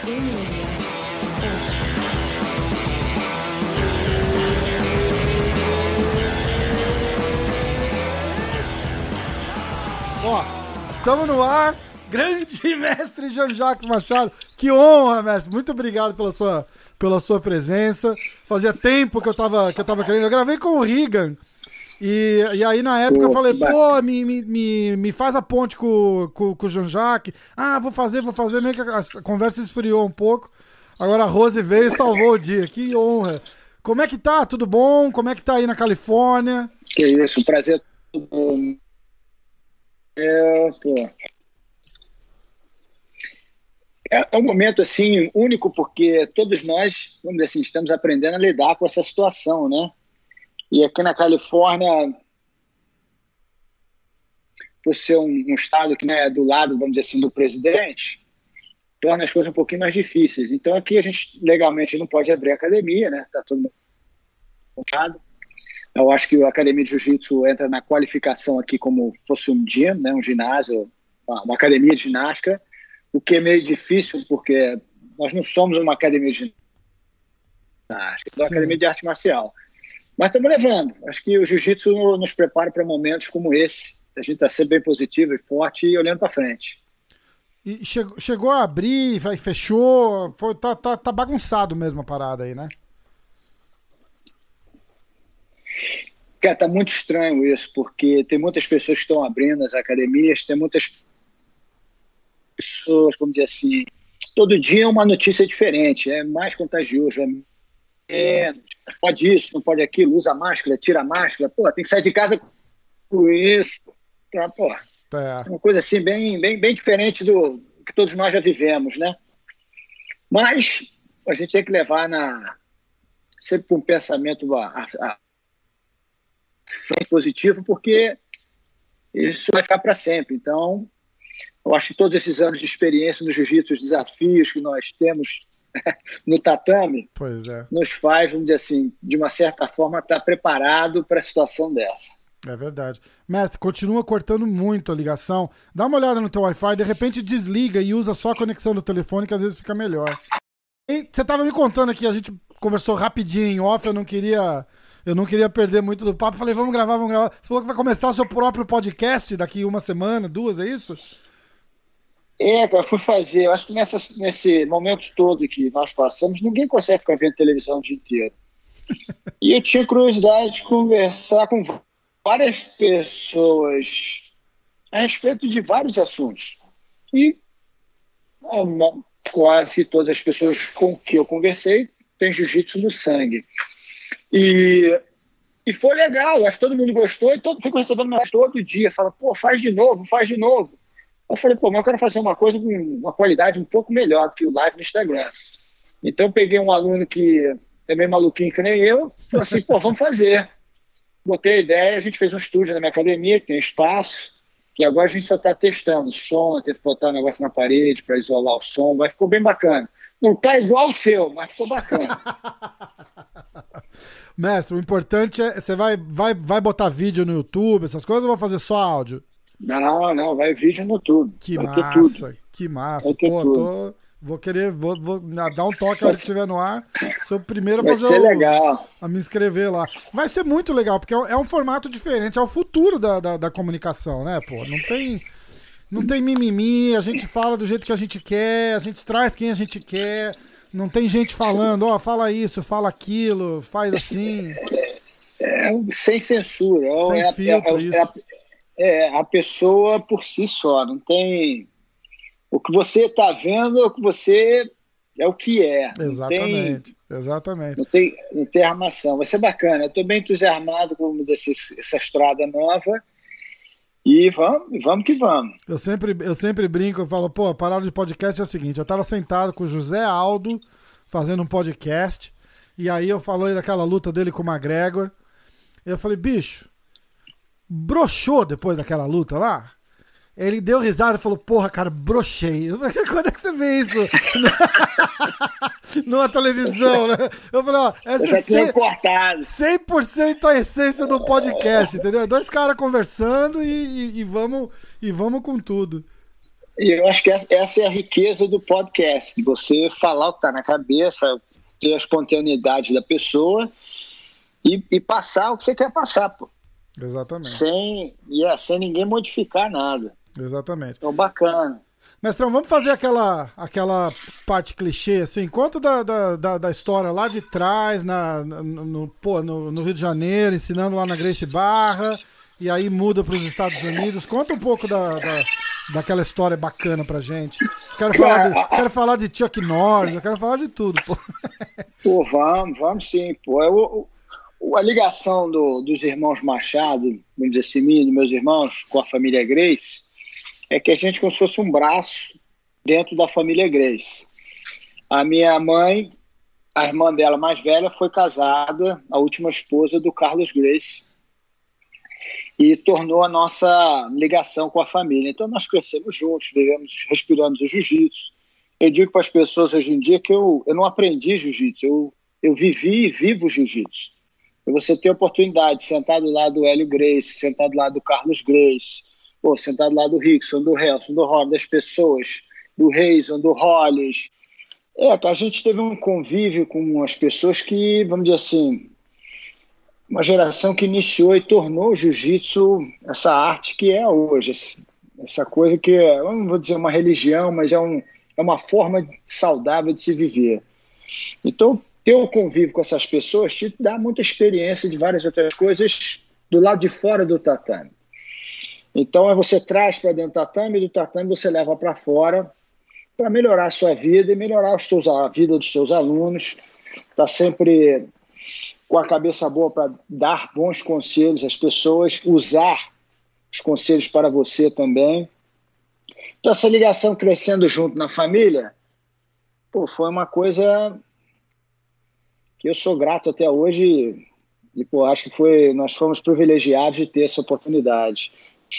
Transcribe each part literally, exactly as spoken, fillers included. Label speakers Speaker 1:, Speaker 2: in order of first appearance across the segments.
Speaker 1: Ó, estamos no ar. Grande mestre Jean-Jacques Machado. Que honra, mestre. Muito obrigado pela sua, pela sua presença. Fazia tempo que eu tava, que eu tava querendo. Eu gravei com o Regan. E, e aí, na época, eu falei, pô, me, me, me, me faz a ponte com, com, com o Jean-Jacques. Ah, vou fazer, vou fazer. Meio que a conversa esfriou um pouco. Agora a Rose veio e salvou o dia. Que honra. Como é que tá? Tudo bom? Como é que tá aí na Califórnia?
Speaker 2: Que isso, um prazer. É, pô. É um momento assim único porque todos nós, vamos dizer assim, estamos aprendendo a lidar com essa situação, né? E aqui na Califórnia, por ser um, um estado que, né, é do lado, vamos dizer assim, do presidente, torna as coisas um pouquinho mais difíceis. Então aqui a gente legalmente não pode abrir academia, né? Tá todo mundo fechado. Eu acho que a academia de jiu-jitsu entra na qualificação aqui como fosse um gym, né? Um ginásio, uma, uma academia de ginástica. O que é meio difícil, porque nós não somos uma academia de ginástica, é uma academia de arte marcial. Mas estamos levando. Acho que o jiu-jitsu nos prepara para momentos como esse. A gente está sendo bem positivo e forte e olhando para frente.
Speaker 1: E chegou, chegou a abrir, vai, fechou, foi, tá, tá, tá bagunçado mesmo a parada aí, né?
Speaker 2: Cara, tá muito estranho isso, porque tem muitas pessoas que estão abrindo as academias, tem muitas pessoas, vamos dizer assim, todo dia é uma notícia diferente, é mais contagioso, é, pode isso, não pode aquilo, usa máscara, tira máscara, pô, tem que sair de casa com isso, então, pô, é uma coisa assim bem, bem, bem diferente do que todos nós já vivemos, né? Mas a gente tem que levar na, sempre com um pensamento a, a, a, positivo, porque isso vai ficar para sempre, então eu acho que todos esses anos de experiência no jiu-jitsu, os desafios que nós temos no tatame,
Speaker 1: pois é,
Speaker 2: nos faz, vamos dizer assim, de uma certa forma, estar preparado para a situação dessa.
Speaker 1: É verdade. Mestre, continua cortando muito a ligação. Dá uma olhada no teu Wi-Fi, de repente desliga e usa só a conexão do telefone, que às vezes fica melhor. E você estava me contando aqui, a gente conversou rapidinho em off, eu não queria... Eu não queria perder muito do papo. Falei, vamos gravar, vamos gravar. Você falou que vai começar o seu próprio podcast daqui uma semana, duas, é isso?
Speaker 2: É, cara, fui fazer. Eu acho que nessa, nesse momento todo que nós passamos, ninguém consegue ficar vendo televisão o dia inteiro. E eu tinha curiosidade de conversar com várias pessoas a respeito de vários assuntos. E quase todas as pessoas com que eu conversei têm jiu-jitsu no sangue. E, e foi legal, acho que todo mundo gostou e todo, fico recebendo mensagem todo dia, fala, pô, faz de novo, faz de novo. Eu falei, pô, mas eu quero fazer uma coisa com uma qualidade um pouco melhor do que o live no Instagram. Então eu peguei um aluno que é meio maluquinho que nem eu, falei assim, pô, vamos fazer. Botei a ideia, a gente fez um estúdio na minha academia, que tem espaço, e agora a gente só está testando som, teve que botar um negócio na parede para isolar o som, mas ficou bem bacana. Não tá igual o seu, mas ficou bacana.
Speaker 1: Mestre, o importante é, você vai, vai, vai botar vídeo no YouTube, essas coisas, ou vai fazer só áudio?
Speaker 2: Não, não, vai vídeo no YouTube.
Speaker 1: Que
Speaker 2: vai
Speaker 1: massa, que massa. Pô,
Speaker 2: tudo.
Speaker 1: tô, vou querer, vou, vou dar um toque quando estiver no ar. Sou o primeiro a
Speaker 2: vai
Speaker 1: fazer
Speaker 2: ser
Speaker 1: o,
Speaker 2: legal.
Speaker 1: a me inscrever lá. Vai ser muito legal, porque é um formato diferente, é o futuro da, da, da comunicação, né, pô? Não tem... Não tem mimimi, a gente fala do jeito que a gente quer, a gente traz quem a gente quer, não tem gente falando, ó, oh, fala isso, fala aquilo, faz assim.
Speaker 2: É, é sem censura.
Speaker 1: Sem
Speaker 2: é,
Speaker 1: filtro,
Speaker 2: é,
Speaker 1: isso.
Speaker 2: É, a, é a pessoa por si só, não tem... O que você está vendo é o que você... É o que é.
Speaker 1: Exatamente,
Speaker 2: não tem,
Speaker 1: exatamente.
Speaker 2: Não tem, não tem armação. Vai ser bacana. Eu estou bem entusiasmado com essa, essa estrada nova. E vamos, vamos que vamos.
Speaker 1: Eu sempre, eu sempre brinco, eu falo, pô, a parada de podcast é a seguinte, eu tava sentado com o José Aldo, fazendo um podcast, e aí eu falei daquela luta dele com o McGregor, e eu falei, bicho, broxou depois daquela luta lá? Ele deu risada e falou, porra, cara, brochei. Eu falei, quando é que você vê isso? Numa televisão, né? Eu falei, ó, essa é cem, cem por cento a essência do podcast, entendeu? Dois caras conversando e, e, e, vamos, e vamos com tudo.
Speaker 2: E eu acho que essa, essa é a riqueza do podcast, de você falar o que está na cabeça, ter a espontaneidade da pessoa e, e passar o que você quer passar, pô.
Speaker 1: Exatamente.
Speaker 2: Sem, yeah, sem ninguém modificar nada.
Speaker 1: Exatamente.
Speaker 2: Então, bacana.
Speaker 1: Mestrão, vamos fazer aquela, aquela parte clichê, assim, conta da, da, da, da história lá de trás, na, no, no, pô, no, no Rio de Janeiro, ensinando lá na Gracie Barra, e aí muda para os Estados Unidos. Conta um pouco da, da, daquela história bacana pra gente. Quero falar, de, quero falar de Chuck Norris, eu quero falar de tudo, pô.
Speaker 2: Pô, vamos, vamos sim, pô. Eu, a ligação do, dos irmãos Machado, vamos dizer assim, minha e dos meus irmãos, com a família Gracie, é que a gente como se fosse um braço dentro da família Gracie. A minha mãe, a irmã dela mais velha, foi casada, a última esposa do Carlos Gracie, e tornou a nossa ligação com a família. Então nós crescemos juntos, vivemos, respiramos o jiu-jitsu. Eu digo para as pessoas hoje em dia que eu, eu não aprendi jiu-jitsu, eu, eu vivi e vivo jiu-jitsu. Você ter a oportunidade de sentar do lado do Hélio Gracie, sentar do lado do Carlos Gracie, pô, sentado lá do Rickson, do Helson, do Rod, das pessoas, do Reison, do Hollis. É, a gente teve um convívio com as pessoas que, vamos dizer assim, uma geração que iniciou e tornou o jiu-jitsu essa arte que é hoje. Essa coisa que, é, eu não vou dizer uma religião, mas é, um, é uma forma saudável de se viver. Então, ter o convívio com essas pessoas te dá muita experiência de várias outras coisas do lado de fora do tatame. Então, você traz para dentro do tatame, e do tatame você leva para fora para melhorar a sua vida e melhorar os seus, a vida dos seus alunos. Está sempre com a cabeça boa para dar bons conselhos às pessoas, usar os conselhos para você também. Então, essa ligação crescendo junto na família, pô, foi uma coisa que eu sou grato até hoje e, pô, acho que foi, nós fomos privilegiados de ter essa oportunidade.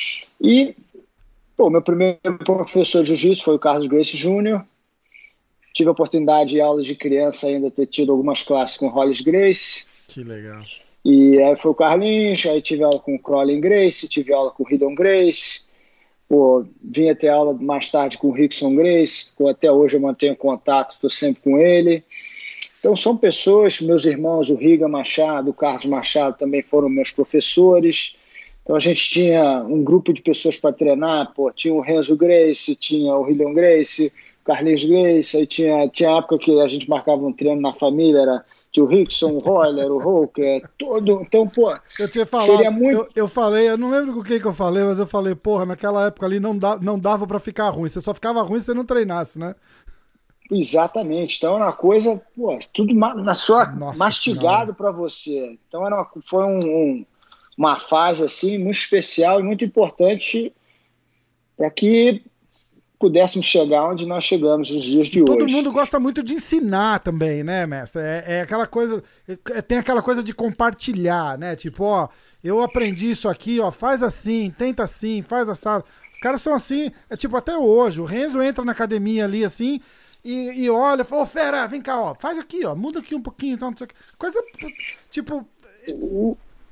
Speaker 2: E, pô, meu primeiro professor de jiu-jitsu foi o Carlos Gracie Júnior Tive a oportunidade de aula de criança ainda ter tido algumas classes com o Hollis Gracie.
Speaker 1: Que legal.
Speaker 2: E aí foi o Carlinhos, aí tive aula com o Crowley Gracie, tive aula com o Ridon Gracie. Pô, vinha ter aula mais tarde com o Rickson Gracie, que até hoje eu mantenho contato, estou sempre com ele. Então são pessoas, meus irmãos, o Riga Machado, o Carlos Machado também foram meus professores. Então a gente tinha um grupo de pessoas para treinar, pô, tinha o Renzo Gracie, tinha o Ridon Gracie, o Carlinhos Gracie, aí tinha, tinha época que a gente marcava um treino na família, era tinha o Rickson, o Roller, o Roker, todo. Então, pô,
Speaker 1: eu tinha falado,
Speaker 2: seria muito...
Speaker 1: eu, eu falei, eu não lembro com quem que eu falei, mas eu falei, porra, naquela época ali não, dá, não dava pra ficar ruim, você só ficava ruim se você não treinasse, né?
Speaker 2: Exatamente, então era uma coisa, pô, tudo na sua,
Speaker 1: Nossa
Speaker 2: mastigado para você. Então era uma, foi um, um, uma fase assim muito especial e muito importante para que pudéssemos chegar onde nós chegamos nos dias de
Speaker 1: Todo
Speaker 2: hoje.
Speaker 1: Todo mundo gosta muito de ensinar também, né, mestre? É, é aquela coisa, é, tem aquela coisa de compartilhar, né? Tipo, ó, eu aprendi isso aqui, ó, faz assim, tenta assim, faz assado. Os caras são assim, é tipo até hoje. O Renzo entra na academia ali assim e, e olha, fala, ô fera, vem cá, ó, faz aqui, ó, muda aqui um pouquinho, então, não sei o que. Coisa, tipo...
Speaker 2: O,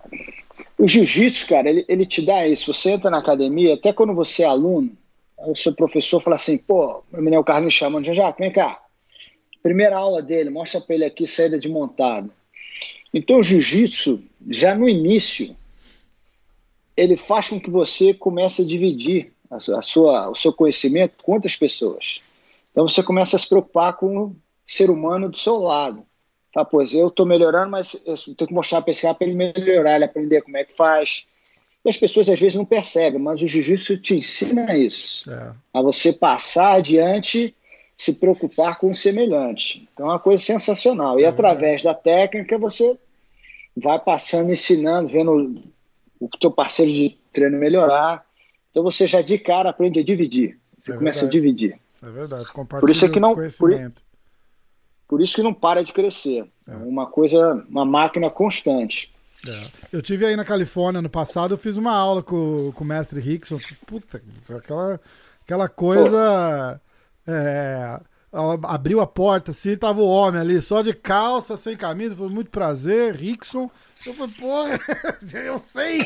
Speaker 2: o jiu-jitsu, cara, ele, ele te dá isso. Você entra na academia, até quando você é aluno, o seu professor fala assim, pô, o menino Carlos me chamando, Jean-Jacques, vem cá. Primeira aula dele, mostra pra ele aqui saída de montada. Então o jiu-jitsu, já no início, ele faz com que você comece a dividir a sua, a sua, o seu conhecimento com outras pessoas. Então você começa a se preocupar com o ser humano do seu lado. Fala, pois eu tô melhorando, mas eu tenho que mostrar pra esse cara pra ele melhorar, ele aprender como é que faz. E as pessoas às vezes não percebem, mas o jiu-jitsu te ensina isso. É. A você passar adiante, se preocupar com o semelhante. Então é uma coisa sensacional. E é, através é. da técnica você vai passando, ensinando, vendo o teu parceiro de treino melhorar. Então você já de cara aprende a dividir. Você é começa verdade. a dividir.
Speaker 1: É verdade, compartilha
Speaker 2: por isso é que não,
Speaker 1: conhecimento.
Speaker 2: Por, por isso que não para de crescer. É uma coisa, uma máquina constante.
Speaker 1: É. Eu tive aí na Califórnia no passado, eu fiz uma aula com, com o mestre Rickson. Puta, aquela, aquela coisa. É, abriu a porta, assim, tava o homem ali, só de calça, sem camisa, foi muito prazer, Rickson. Eu falei, porra, eu sei.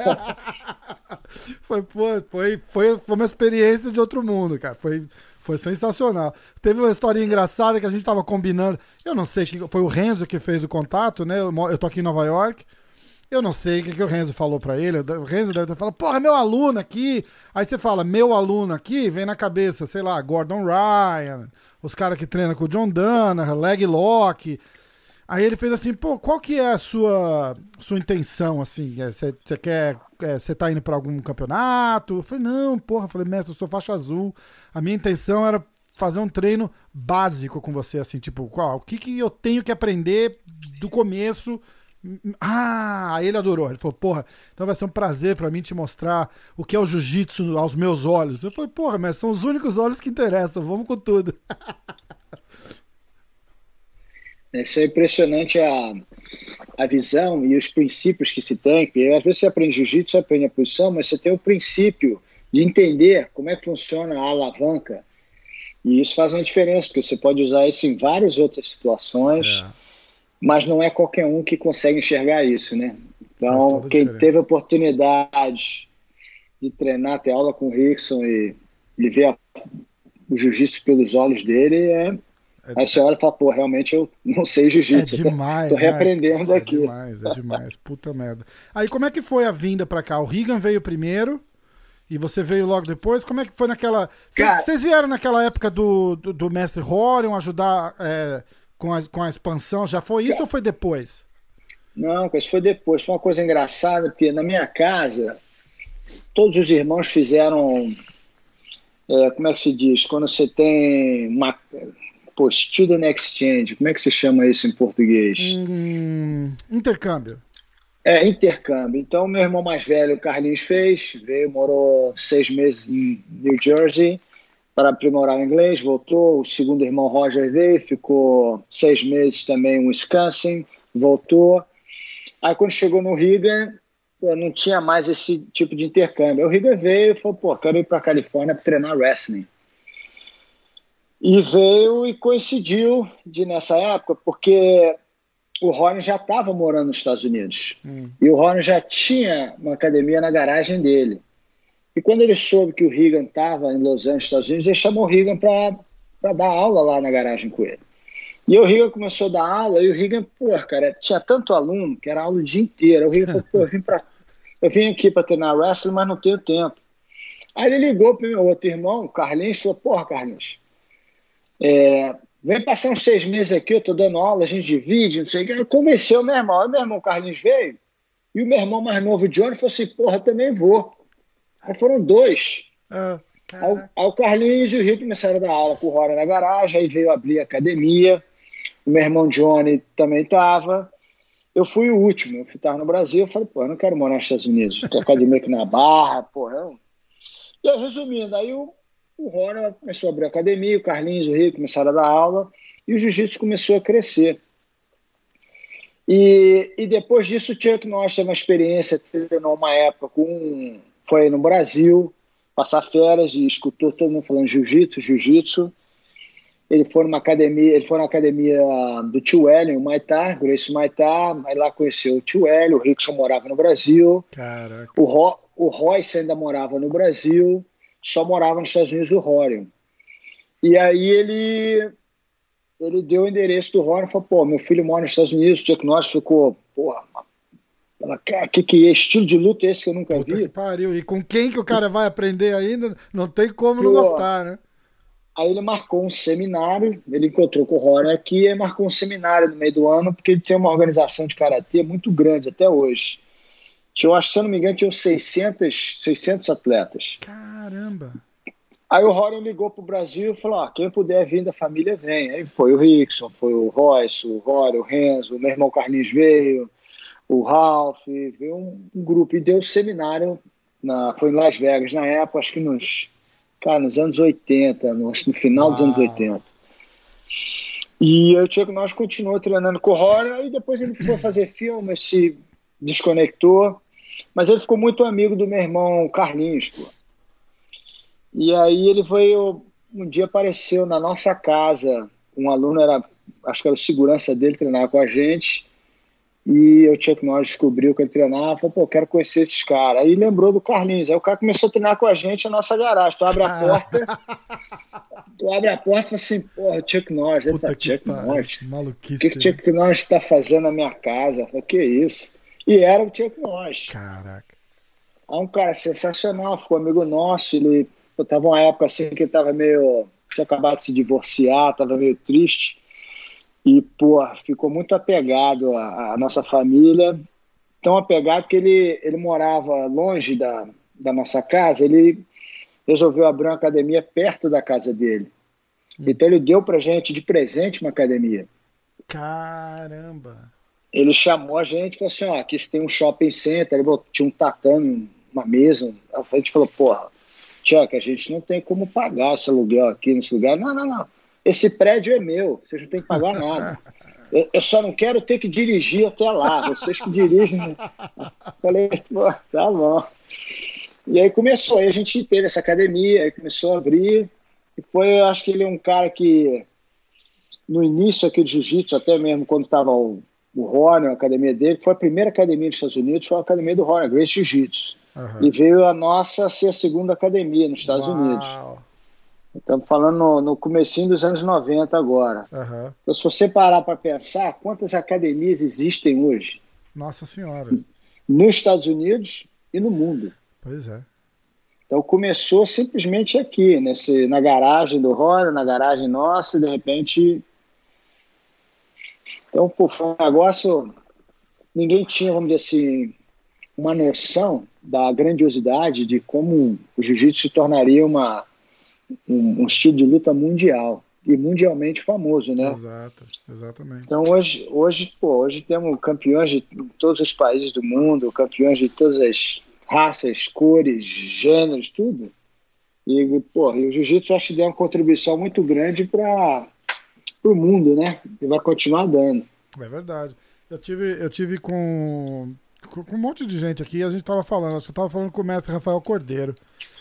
Speaker 1: foi, pô, foi, foi, foi uma experiência de outro mundo, cara. Foi, foi sensacional. Teve uma história engraçada que a gente tava combinando. Eu não sei, que foi o Renzo que fez o contato, né? Eu, eu tô aqui em Nova York. Eu não sei o que, que o Renzo falou pra ele. O Renzo deve ter falado, porra, meu aluno aqui. Aí você fala, meu aluno aqui, vem na cabeça, sei lá, Gordon Ryan, os caras que treinam com o John Danaher, Leg Lock. Aí ele fez assim, pô, qual que é a sua, sua intenção, assim? Você é, quer, você é, tá indo pra algum campeonato? Eu falei, não, porra, eu falei, mestre, eu sou faixa azul. A minha intenção era fazer um treino básico com você, assim, tipo, qual, o que que eu tenho que aprender do começo? Ah, ele adorou. Ele falou, porra, então vai ser um prazer pra mim te mostrar o que é o jiu-jitsu aos meus olhos. Eu falei, porra, mas são os únicos olhos que interessam, vamos com tudo.
Speaker 2: Isso é impressionante a, a visão e os princípios que se tem. Porque às vezes você aprende jiu-jitsu, você aprende a posição, mas você tem o princípio de entender como é que funciona a alavanca. E isso faz uma diferença, porque você pode usar isso em várias outras situações, é. mas não é qualquer um que consegue enxergar isso, né? Então, quem teve a oportunidade de treinar, ter aula com o Rickson e, e ver a, o jiu-jitsu pelos olhos dele é... É, aí você olha e fala, pô, realmente eu não sei jiu-jitsu.
Speaker 1: É demais.
Speaker 2: Tô reaprendendo
Speaker 1: né?
Speaker 2: aqui.
Speaker 1: É demais, é demais. Puta merda. Aí como é que foi a vinda pra cá? O Rigan veio primeiro e você veio logo depois? Como é que foi naquela... Vocês vieram naquela época do, do, do mestre Rorion ajudar é, com, a, com a expansão? Já foi isso cara, ou foi depois?
Speaker 2: Não, isso foi depois. Foi uma coisa engraçada, porque na minha casa todos os irmãos fizeram... É, como é que se diz? Quando você tem uma... Pô, Student Exchange, como é que se chama isso em português?
Speaker 1: Hum, intercâmbio.
Speaker 2: É, intercâmbio. Então, meu irmão mais velho, o Carlinhos, fez, veio, morou seis meses em New Jersey para aprimorar o inglês, voltou. O segundo irmão, Roger, veio, ficou seis meses também em Wisconsin, voltou. Aí, quando chegou no Riga, não tinha mais esse tipo de intercâmbio. O Riga veio e falou, pô, quero ir para a Califórnia para treinar wrestling. E veio e coincidiu de nessa época, porque o Rony já estava morando nos Estados Unidos. Hum. E o Rony já tinha uma academia na garagem dele. E quando ele soube que o Rigan estava em Los Angeles, Estados Unidos, ele chamou o Rigan para dar aula lá na garagem com ele. E o Rigan começou a dar aula, e o Rigan, pô, cara, tinha tanto aluno que era aula o dia inteiro. O Rigan falou, pô, eu vim, pra, eu vim aqui para treinar wrestling, mas não tenho tempo. Aí ele ligou para o meu outro irmão, o Carlinhos, e falou, porra, Carlinhos, É, vem passar uns seis meses aqui, eu tô dando aula, a gente divide, não sei o que. Convenceu o meu irmão. Aí meu irmão Carlinhos veio, e o meu irmão mais novo, Johnny, falou assim, porra, também vou. Aí foram dois.
Speaker 1: Ah,
Speaker 2: aí, aí o Carlinhos e o Rio começaram a dar aula com o Rora na garagem, aí veio abrir a academia, o meu irmão Johnny também tava. Eu fui o último, eu estava no Brasil, eu falei, pô, eu não quero morar nos Estados Unidos, tô academia aqui na Barra, porra. Eu... E aí, resumindo, aí o O Rora começou a abrir a academia, o Carlinhos e o Rio começaram a dar aula e o jiu-jitsu começou a crescer. E, e depois disso o Chuck Norris teve uma experiência, treinou uma época com, foi no Brasil, passar férias e escutou todo mundo falando jiu-jitsu, jiu-jitsu. Ele foi numa academia, ele foi na academia do Tio Hélio, o Maitá, Grace Maitá, aí lá conheceu o Tio Hélio, o Rickson morava no Brasil.
Speaker 1: Caraca.
Speaker 2: O, Ro, o Royce ainda morava no Brasil. Só morava nos Estados Unidos o Rorion. E aí ele, ele deu o endereço do Rorion e falou, pô, meu filho mora nos Estados Unidos, o Chuck Norris ficou, porra, que, que estilo de luta é esse que eu nunca
Speaker 1: Puta
Speaker 2: vi?
Speaker 1: Que pariu. E com quem que o cara vai aprender ainda, não tem como pô, não gostar, né?
Speaker 2: Aí ele marcou um seminário, ele encontrou com o Rorion aqui e marcou um seminário no meio do ano, porque ele tem uma organização de karatê muito grande até hoje. Eu acho, se eu não me engano, tinha seiscentos, seiscentos atletas.
Speaker 1: Caramba!
Speaker 2: Aí o Rorion ligou pro Brasil e falou, ah, quem puder vir da família, vem. Aí foi o Rickson, foi o Royce, o Rorion, o Renzo, o meu irmão Carlinhos veio, o Ralph, veio um, um grupo. E deu um seminário, na, foi em Las Vegas, na época, acho que nos, cara, nos anos oitenta, no, acho que no final Uau. dos anos oitenta. E eu tinha que nós continuou treinando com o Rorion, e depois ele foi fazer filme, se desconectou. Mas ele ficou muito amigo do meu irmão Carlinhos, pô. E aí ele veio, um dia apareceu na nossa casa, um aluno, era, acho que era o segurança dele, treinava com a gente, e o Chuck Norris descobriu que ele treinava, falou, pô, quero conhecer esses caras. Aí lembrou do Carlinhos, aí o cara começou a treinar com a gente na nossa garagem. Tu abre a porta, tu abre a porta e fala assim, porra, Chuck Norris. Ele fala, Chuck Norris? O que o Chuck Norris está fazendo na minha casa? Eu falei, que isso? E era o Chuck Norris.
Speaker 1: Caraca.
Speaker 2: É um cara sensacional, ficou amigo nosso, ele pô, tava uma época assim que ele tava meio, tinha acabado de se divorciar, tava meio triste, e pô, ficou muito apegado à, à nossa família, tão apegado que ele, ele morava longe da, da nossa casa, ele resolveu abrir uma academia perto da casa dele, hum. Então ele deu pra gente de presente uma academia.
Speaker 1: Caramba!
Speaker 2: Ele chamou a gente e falou assim, ó, aqui você tem um shopping center, ele botou, tinha um tatame, uma mesa, a gente falou, porra, Chuck, a gente não tem como pagar esse aluguel aqui nesse lugar. Não, não, não, esse prédio é meu, vocês não tem que pagar nada. Eu, eu só não quero ter que dirigir até lá, vocês que dirigem. Falei, pô, tá bom. E aí começou, aí a gente teve essa academia, aí começou a abrir, e foi, eu acho que ele é um cara que, no início aqui de jiu-jitsu, até mesmo quando estava o o Rony, a academia dele, foi a primeira academia dos Estados Unidos, foi a academia do Rony, Gracie Jiu-Jitsu. Uhum. E veio a nossa a ser a segunda academia nos Estados Uau. Unidos. Estamos falando no, no comecinho dos anos noventa agora.
Speaker 1: Uhum.
Speaker 2: Então, se você parar para pensar, quantas academias existem hoje?
Speaker 1: Nossa Senhora.
Speaker 2: Nos Estados Unidos e no mundo.
Speaker 1: Pois é.
Speaker 2: Então começou simplesmente aqui, nesse, na garagem do Rony, na garagem nossa, e de repente... Então, pô, foi um negócio, ninguém tinha, vamos dizer assim, uma noção da grandiosidade de como o jiu-jitsu se tornaria uma, um, um estilo de luta mundial, e mundialmente famoso, né?
Speaker 1: Exato, exatamente.
Speaker 2: Então, hoje, hoje, pô, hoje temos campeões de todos os países do mundo, campeões de todas as raças, cores, gêneros, tudo. E, pô, e o jiu-jitsu acho que deu uma contribuição muito grande para... para o mundo, né? E vai continuar dando.
Speaker 1: É verdade. Eu tive, eu tive com, com, com um monte de gente aqui, a gente tava falando, acho que eu tava falando com o mestre Rafael Cordeiro,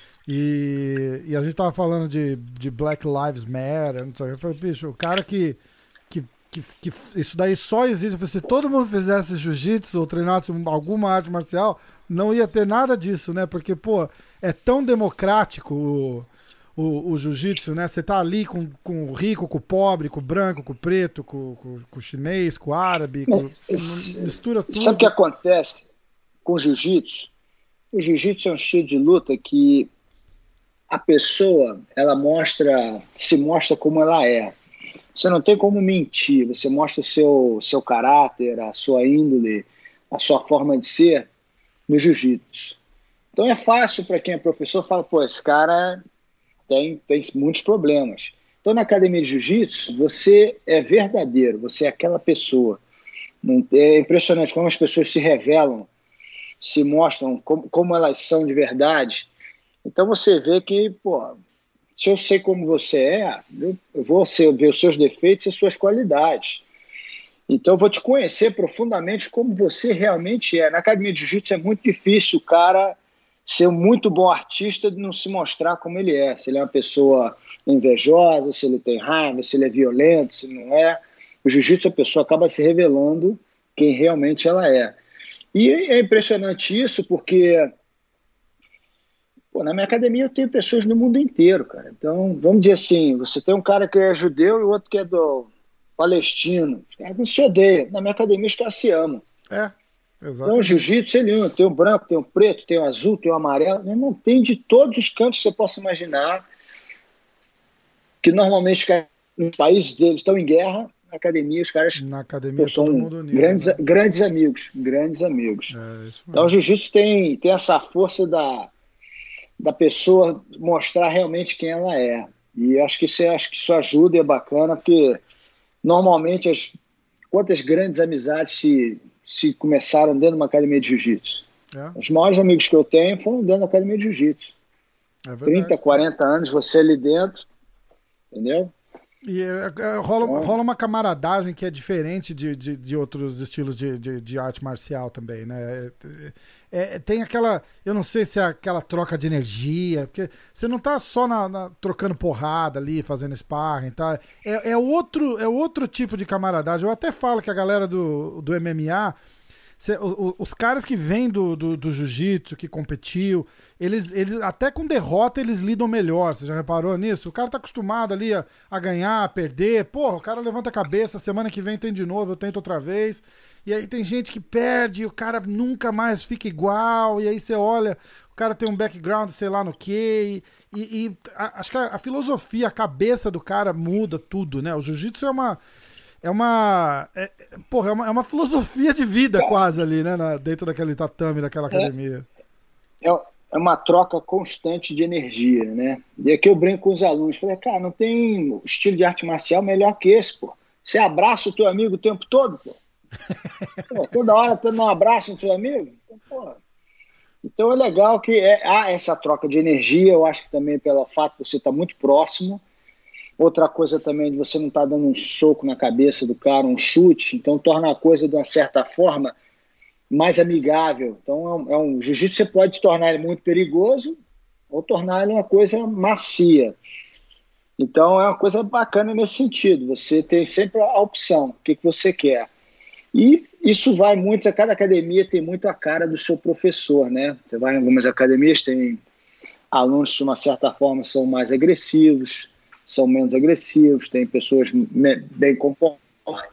Speaker 1: e, e a gente tava falando de, de Black Lives Matter, não sei, eu falei, bicho, o cara que, que, que, que isso daí só existe, se todo mundo fizesse jiu-jitsu ou treinasse alguma arte marcial, não ia ter nada disso, né? Porque, pô, é tão democrático o O, o jiu-jitsu, né? Você tá ali com, com o rico, com o pobre, com o branco, com o preto, com, com, com o chinês, com o árabe, com,
Speaker 2: Esse,
Speaker 1: mistura tudo.
Speaker 2: Sabe o que acontece com o jiu-jitsu? O jiu-jitsu é um estilo de luta que a pessoa, ela mostra, se mostra como ela é. Você não tem como mentir, você mostra o seu, seu caráter, a sua índole, a sua forma de ser no jiu-jitsu. Então é fácil para quem é professor falar, pô, esse cara... Tem, tem muitos problemas. Então, na academia de jiu-jitsu, você é verdadeiro, você é aquela pessoa. Não, é impressionante como as pessoas se revelam, se mostram como, como elas são de verdade. Então, você vê que, pô, se eu sei como você é, eu, eu vou ser, ver os seus defeitos e as suas qualidades. Então, eu vou te conhecer profundamente como você realmente é. Na academia de jiu-jitsu é muito difícil o cara... ser um muito bom artista de não se mostrar como ele é, se ele é uma pessoa invejosa, se ele tem raiva, se ele é violento, se não é. O jiu-jitsu, a pessoa acaba se revelando quem realmente ela é. E é impressionante isso porque pô, na minha academia eu tenho pessoas do mundo inteiro, cara. Então, vamos dizer assim, você tem um cara que é judeu e o outro que é do palestino. Os caras não se odeiam. Na minha academia os caras se amam.
Speaker 1: É. Exatamente.
Speaker 2: Então, o jiu-jitsu, ele tem o branco, tem o preto, tem o azul, tem o amarelo, não tem de todos os cantos que você possa imaginar, que normalmente nos países deles estão em guerra, na academia os caras
Speaker 1: na academia,
Speaker 2: são
Speaker 1: todo mundo unido,
Speaker 2: grandes,
Speaker 1: né?
Speaker 2: grandes amigos, grandes amigos.
Speaker 1: É, isso
Speaker 2: então, o jiu-jitsu tem, tem essa força da, da pessoa mostrar realmente quem ela é. E acho que isso, acho que isso ajuda e é bacana, porque normalmente as, quantas grandes amizades se... se começaram dentro de uma academia de jiu-jitsu. É. Os maiores amigos que eu tenho foram dentro da academia de jiu-jitsu. É trinta, quarenta anos, você ali dentro, entendeu?
Speaker 1: E é, é, rola, rola uma camaradagem que é diferente de, de, de outros estilos de, de, de arte marcial também, né? É, é, tem aquela, eu não sei se é aquela troca de energia, porque você não tá só na, na, trocando porrada ali, fazendo sparring, tá? É, é, outro, é outro tipo de camaradagem. Eu até falo que a galera do, do M M A, cê, o, os caras que vêm do, do, do jiu-jitsu, que competiu, eles, eles até com derrota eles lidam melhor. Você já reparou nisso? O cara tá acostumado ali a, a ganhar, a perder. Porra, o cara levanta a cabeça, semana que vem tem de novo, eu tento outra vez. E aí tem gente que perde, e o cara nunca mais fica igual. E aí você olha, o cara tem um background, sei lá no quê. E, e a, acho que a, a filosofia, a cabeça do cara muda tudo, né? O jiu-jitsu é uma... É uma, é, porra, é uma, é uma filosofia de vida quase ali, né? Na, dentro daquele tatame, daquela academia.
Speaker 2: É, é uma troca constante de energia, né? E aqui eu brinco com os alunos. Falei, cara, não tem estilo de arte marcial melhor que esse, pô. Você abraça o teu amigo o tempo todo, pô. Pô, toda hora dando um abraço no teu amigo. Então, pô. Então é legal que é, há essa troca de energia. Eu acho que também pelo fato de você estar muito próximo. Outra coisa também de você não estar dando um soco na cabeça do cara, um chute, então torna a coisa de uma certa forma mais amigável. Então é um, é um jiu-jitsu, você pode tornar ele muito perigoso ou tornar ele uma coisa macia. Então é uma coisa bacana nesse sentido, você tem sempre a opção, o que, que você quer. E isso vai muito, a cada academia tem muito a cara do seu professor, né? Você vai em algumas academias, tem alunos que de uma certa forma são mais agressivos, são menos agressivos, tem pessoas bem comportadas,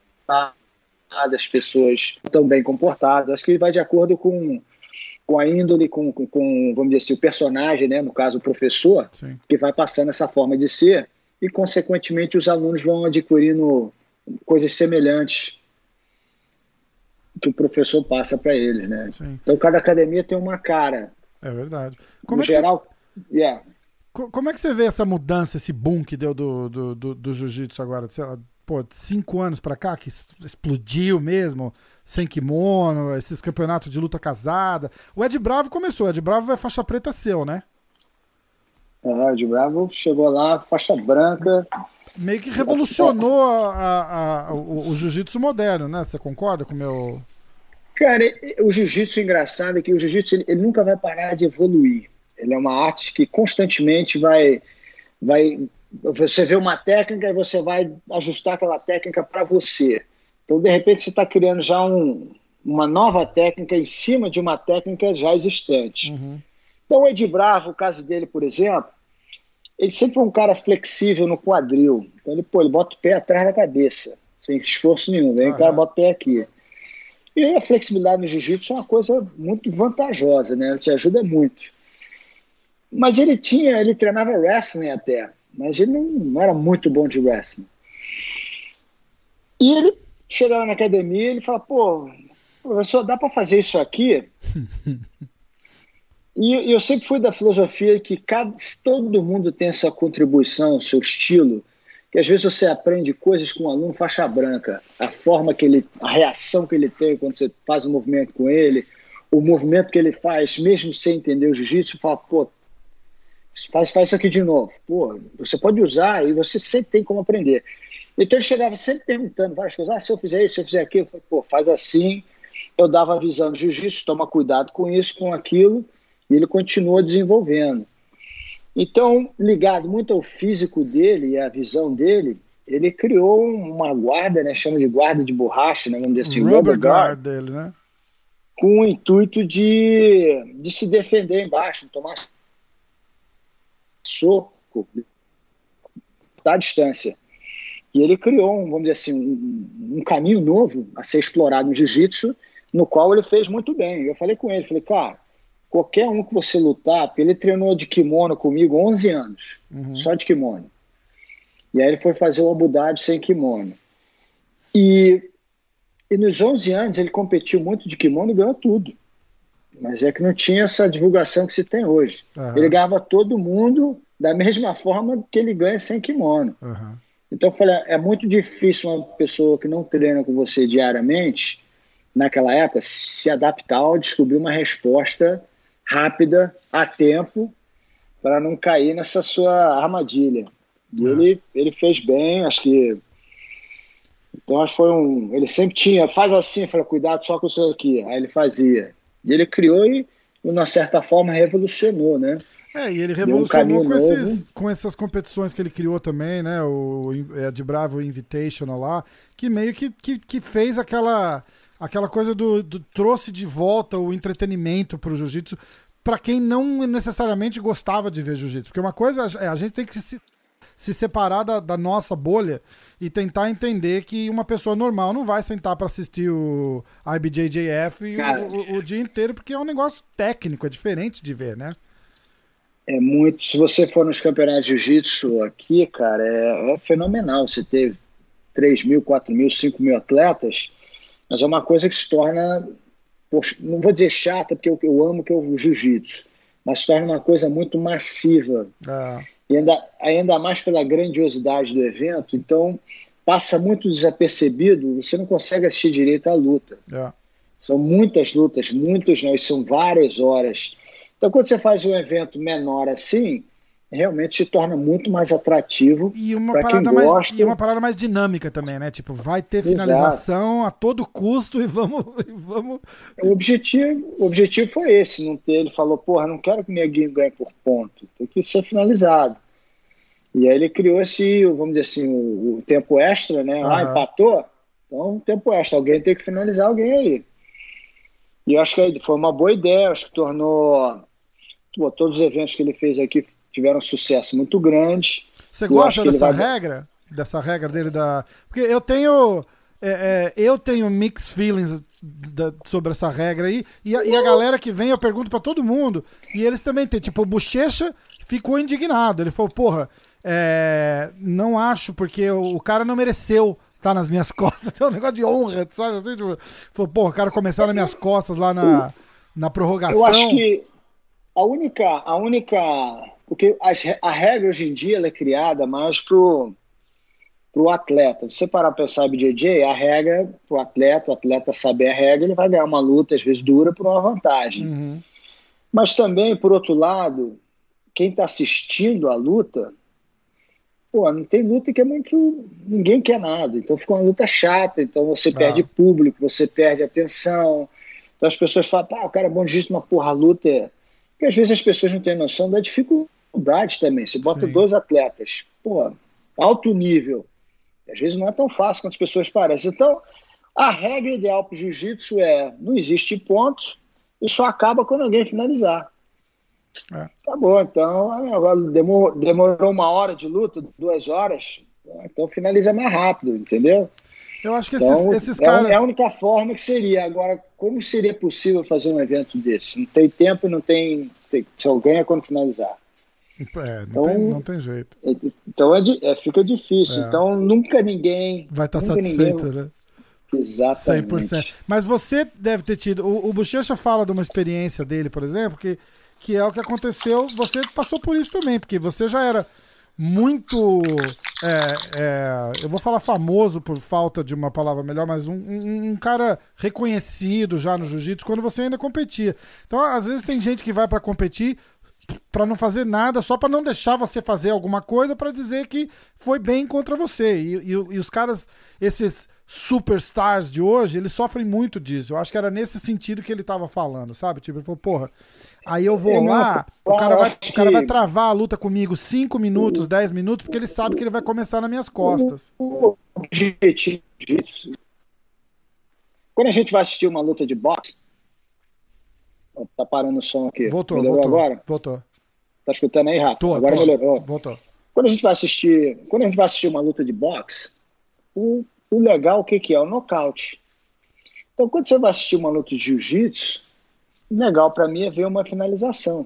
Speaker 2: pessoas tão bem comportadas. Acho que ele vai de acordo com, com a índole, com, com, com, vamos dizer assim, o personagem, né? No caso o professor, Sim. que vai passando essa forma de ser e, consequentemente, os alunos vão adquirindo coisas semelhantes que o professor passa para eles, né? Sim. Então, cada academia tem uma cara.
Speaker 1: É verdade. Como
Speaker 2: no
Speaker 1: é
Speaker 2: geral,
Speaker 1: você...
Speaker 2: yeah.
Speaker 1: Como é que você vê essa mudança, esse boom que deu do, do, do, do jiu-jitsu agora? Sei lá, pô, cinco anos pra cá, que explodiu mesmo, sem kimono, esses campeonatos de luta casada. O Ed Bravo começou, o Ed Bravo é faixa preta seu, né?
Speaker 2: É, o Ed Bravo chegou lá, faixa branca.
Speaker 1: Meio que revolucionou a, a, a, o, o jiu-jitsu moderno, né? Você concorda com o meu...
Speaker 2: Cara, o jiu-jitsu, engraçado é que o jiu-jitsu ele, ele nunca vai parar de evoluir. Ele é uma arte que constantemente vai, vai... Você vê uma técnica e você vai ajustar aquela técnica para você. Então, de repente, você está criando já um, uma nova técnica em cima de uma técnica já existente. Uhum. Então, o Ed Bravo, o caso dele, por exemplo, ele sempre foi um cara flexível no quadril. Então, ele, pô, ele bota o pé atrás da cabeça, sem esforço nenhum. Vem, uhum. O cara bota o pé aqui. E a flexibilidade no jiu-jitsu é uma coisa muito vantajosa, né? Ela te ajuda muito. Mas ele tinha, ele treinava wrestling até, mas ele não, não era muito bom de wrestling. E ele chegava na academia e ele falava, pô, professor, dá para fazer isso aqui? E eu sempre fui da filosofia que cada, todo mundo tem essa contribuição, seu estilo, que às vezes você aprende coisas com um aluno faixa branca, a forma que ele, a reação que ele tem quando você faz um movimento com ele, o movimento que ele faz, mesmo sem entender o jiu-jitsu, fala, pô, Faz, faz isso aqui de novo. Pô, você pode usar e você sempre tem como aprender. Então ele chegava sempre perguntando várias coisas. Ah, se eu fizer isso, se eu fizer aquilo, eu falei, pô, faz assim. Eu dava a visão do jiu-jitsu, toma cuidado com isso, com aquilo, e ele continua desenvolvendo. Então, ligado muito ao físico dele e à visão dele, ele criou uma guarda, né, chama de guarda de borracha, né, vamos dizer assim,
Speaker 1: rubber, rubber guard dele, né?
Speaker 2: Com o intuito de, de se defender embaixo, não tomar soco da distância. E ele criou, um, vamos dizer assim, um, um caminho novo a ser explorado no jiu-jitsu, no qual ele fez muito bem. Eu falei com ele, falei, cara, qualquer um que você lutar, porque ele treinou de kimono comigo onze anos, uhum. só de kimono. E aí ele foi fazer o Abu Dhabi sem kimono. E, e nos onze anos ele competiu muito de kimono e ganhou tudo. Mas é que não tinha essa divulgação que se tem hoje. Uhum. Ele ganhava todo mundo da mesma forma que ele ganha sem kimono. Uhum. Então eu falei, é muito difícil uma pessoa que não treina com você diariamente, naquela época, se adaptar ou descobrir uma resposta rápida, a tempo, para não cair nessa sua armadilha. E é. ele, ele fez bem, acho que... Então, acho que foi um... Ele sempre tinha, faz assim, fala, cuidado só com isso aqui. Aí ele fazia. E ele criou e, de uma certa forma, revolucionou, né?
Speaker 1: É, e ele revolucionou
Speaker 2: um
Speaker 1: com, esses, com essas competições que ele criou também, né? O é, de Bravo Invitational lá, que meio que, que, que fez aquela, aquela coisa do, do... trouxe de volta o entretenimento pro jiu-jitsu para quem não necessariamente gostava de ver jiu-jitsu. Porque uma coisa é a gente tem que se, se separar da, da nossa bolha e tentar entender que uma pessoa normal não vai sentar para assistir o I B J J F o, o, o dia inteiro, porque é um negócio técnico, é diferente de ver, né?
Speaker 2: É muito. Se você for nos campeonatos de jiu-jitsu aqui, cara, é, é fenomenal. Você ter três mil, quatro mil, cinco mil atletas, mas é uma coisa que se torna, poxa, não vou dizer chata, porque eu, eu amo que é o jiu-jitsu, mas se torna uma coisa muito massiva. Ah. E ainda, ainda mais pela grandiosidade do evento, então passa muito desapercebido, você não consegue assistir direito à luta. Ah. São muitas lutas, muitos, né, são várias horas. Então, quando você faz um evento menor assim, realmente se torna muito mais atrativo para quem
Speaker 1: mais,
Speaker 2: gosta.
Speaker 1: E uma parada mais dinâmica também, né? Tipo, vai ter finalização Exato. a todo custo e vamos... E vamos...
Speaker 2: O, objetivo, o objetivo foi esse, não ter, ele falou, porra, não quero que o neguinho ganhe por ponto, tem que ser finalizado. E aí ele criou esse, vamos dizer assim, o, o tempo extra, né? Uhum. Ah, empatou? Então, tempo extra, alguém tem que finalizar alguém aí. E eu acho que foi uma boa ideia, acho que tornou... Pô, todos os eventos que ele fez aqui tiveram um sucesso muito grande.
Speaker 1: Você gosta dessa vai... regra? Dessa regra dele da... Porque eu tenho... É, é, eu tenho mixed feelings da, sobre essa regra aí. E a, e a galera que vem, eu pergunto pra todo mundo. E eles também têm. Tipo, o Bochecha ficou indignado. Ele falou, porra, é, não acho, porque o, o cara não mereceu tá nas minhas costas. Tem um negócio de honra, sabe? Assim, tipo, falou, porra, o cara começar nas minhas costas lá na, na prorrogação.
Speaker 2: Eu acho que a única, a única, porque a, a regra hoje em dia ela é criada mais pro, pro atleta. Se você parar pra pensar, B J J, a regra é pro atleta, o atleta saber a regra, ele vai ganhar uma luta, às vezes dura, por uma vantagem. Uhum. Mas também, por outro lado, quem tá assistindo a luta, pô, não tem luta que é muito... Ninguém quer nada, então fica uma luta chata, então você ah. perde público, você perde atenção. Então as pessoas falam, ah, o cara é bom de jiu-jitsu, mas porra, a luta é... Porque às vezes as pessoas não têm noção da dificuldade também. Você bota Sim. dois atletas, pô, alto nível. Às vezes não é tão fácil quanto as pessoas parecem. Então, a regra ideal para o jiu-jitsu é, não existe ponto e só acaba quando alguém finalizar. É. Acabou, então, agora demorou, demorou uma hora de luta, duas horas, então finaliza mais rápido, entendeu?
Speaker 1: Eu acho que então, esses, esses caras...
Speaker 2: É a única forma que seria. Agora, como seria possível fazer um evento desse? Não tem tempo e não tem... tem só ganha quando finalizar.
Speaker 1: É, não, então, tem, não tem jeito.
Speaker 2: Então é, é, fica difícil. É. Então nunca ninguém...
Speaker 1: Vai estar satisfeito,
Speaker 2: ninguém...
Speaker 1: né?
Speaker 2: Exatamente.
Speaker 1: cem por cento. Mas você deve ter tido... O, o Bochecha fala de uma experiência dele, por exemplo, que, que é o que aconteceu... Você passou por isso também, porque você já era... muito, é, é, eu vou falar famoso por falta de uma palavra melhor, mas um, um, um cara reconhecido já no jiu-jitsu quando você ainda competia. Então, às vezes tem gente que vai pra competir pra não fazer nada, só pra não deixar você fazer alguma coisa pra dizer que foi bem contra você. E, e, e os caras, esses superstars de hoje, eles sofrem muito disso. Eu acho que era nesse sentido que ele tava falando, sabe? Tipo, ele falou, porra, aí eu vou lá, o cara vai, o cara vai travar a luta comigo cinco minutos, dez minutos, porque ele sabe que ele vai começar nas minhas costas.
Speaker 2: O objetivo disso, quando a gente vai assistir uma luta de boxe, tá parando o som aqui.
Speaker 1: Voltou,
Speaker 2: melhorou
Speaker 1: voltou,
Speaker 2: agora?
Speaker 1: Voltou.
Speaker 2: Tá escutando aí, Rafa?
Speaker 1: Tô,
Speaker 2: agora
Speaker 1: tô,
Speaker 2: melhorou.
Speaker 1: Voltou.
Speaker 2: Quando a gente vai assistir, quando a gente vai assistir uma luta de boxe, o O legal, o que, que é? O nocaute. Então, quando você vai assistir uma luta de jiu-jitsu, o legal para mim é ver uma finalização.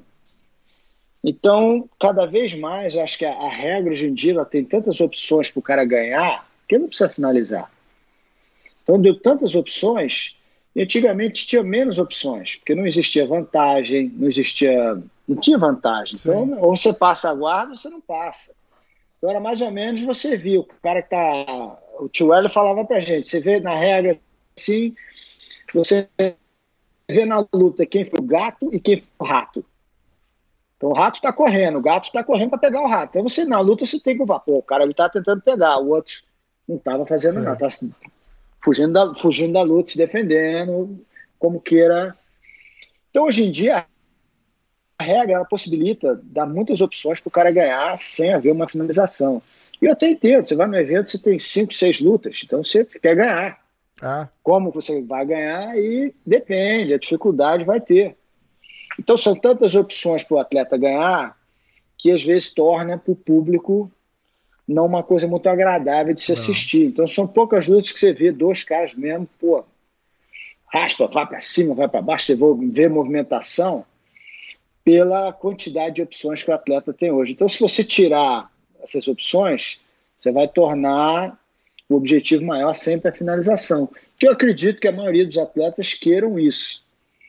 Speaker 2: Então, cada vez mais, eu acho que a, a regra hoje em dia ela tem tantas opções para o cara ganhar, que ele não precisa finalizar. Então, deu tantas opções, e antigamente tinha menos opções, porque não existia vantagem, não existia... Não tinha vantagem. Sim. Então, ou você passa a guarda, ou você não passa. Então, era mais ou menos, você viu, o cara que tá... O tio Hélio falava pra gente, você vê na regra assim, você vê na luta quem foi o gato e quem foi o rato. Então o rato está correndo, o gato está correndo para pegar o rato. Então você, na luta, você tem que falar, pô, o cara ele tá tentando pegar, o outro não estava fazendo
Speaker 1: Sim.
Speaker 2: nada, estava fugindo da, fugindo da luta, se defendendo, como queira. Então hoje em dia a regra ela possibilita dar muitas opções para o cara ganhar sem haver uma finalização. E eu até entendo, você vai no evento, você tem cinco, seis lutas, então você quer ganhar.
Speaker 1: Ah.
Speaker 2: Como você vai ganhar e depende, a dificuldade vai ter. Então são tantas opções para o atleta ganhar que às vezes torna para o público não uma coisa muito agradável de se
Speaker 1: Não.
Speaker 2: assistir. Então são poucas lutas que você vê dois caras mesmo, pô, raspa, vai para cima, vai para baixo, você vê movimentação pela quantidade de opções que o atleta tem hoje. Então se você tirar essas opções, você vai tornar o objetivo maior sempre a finalização. Que eu acredito que a maioria dos atletas queiram isso.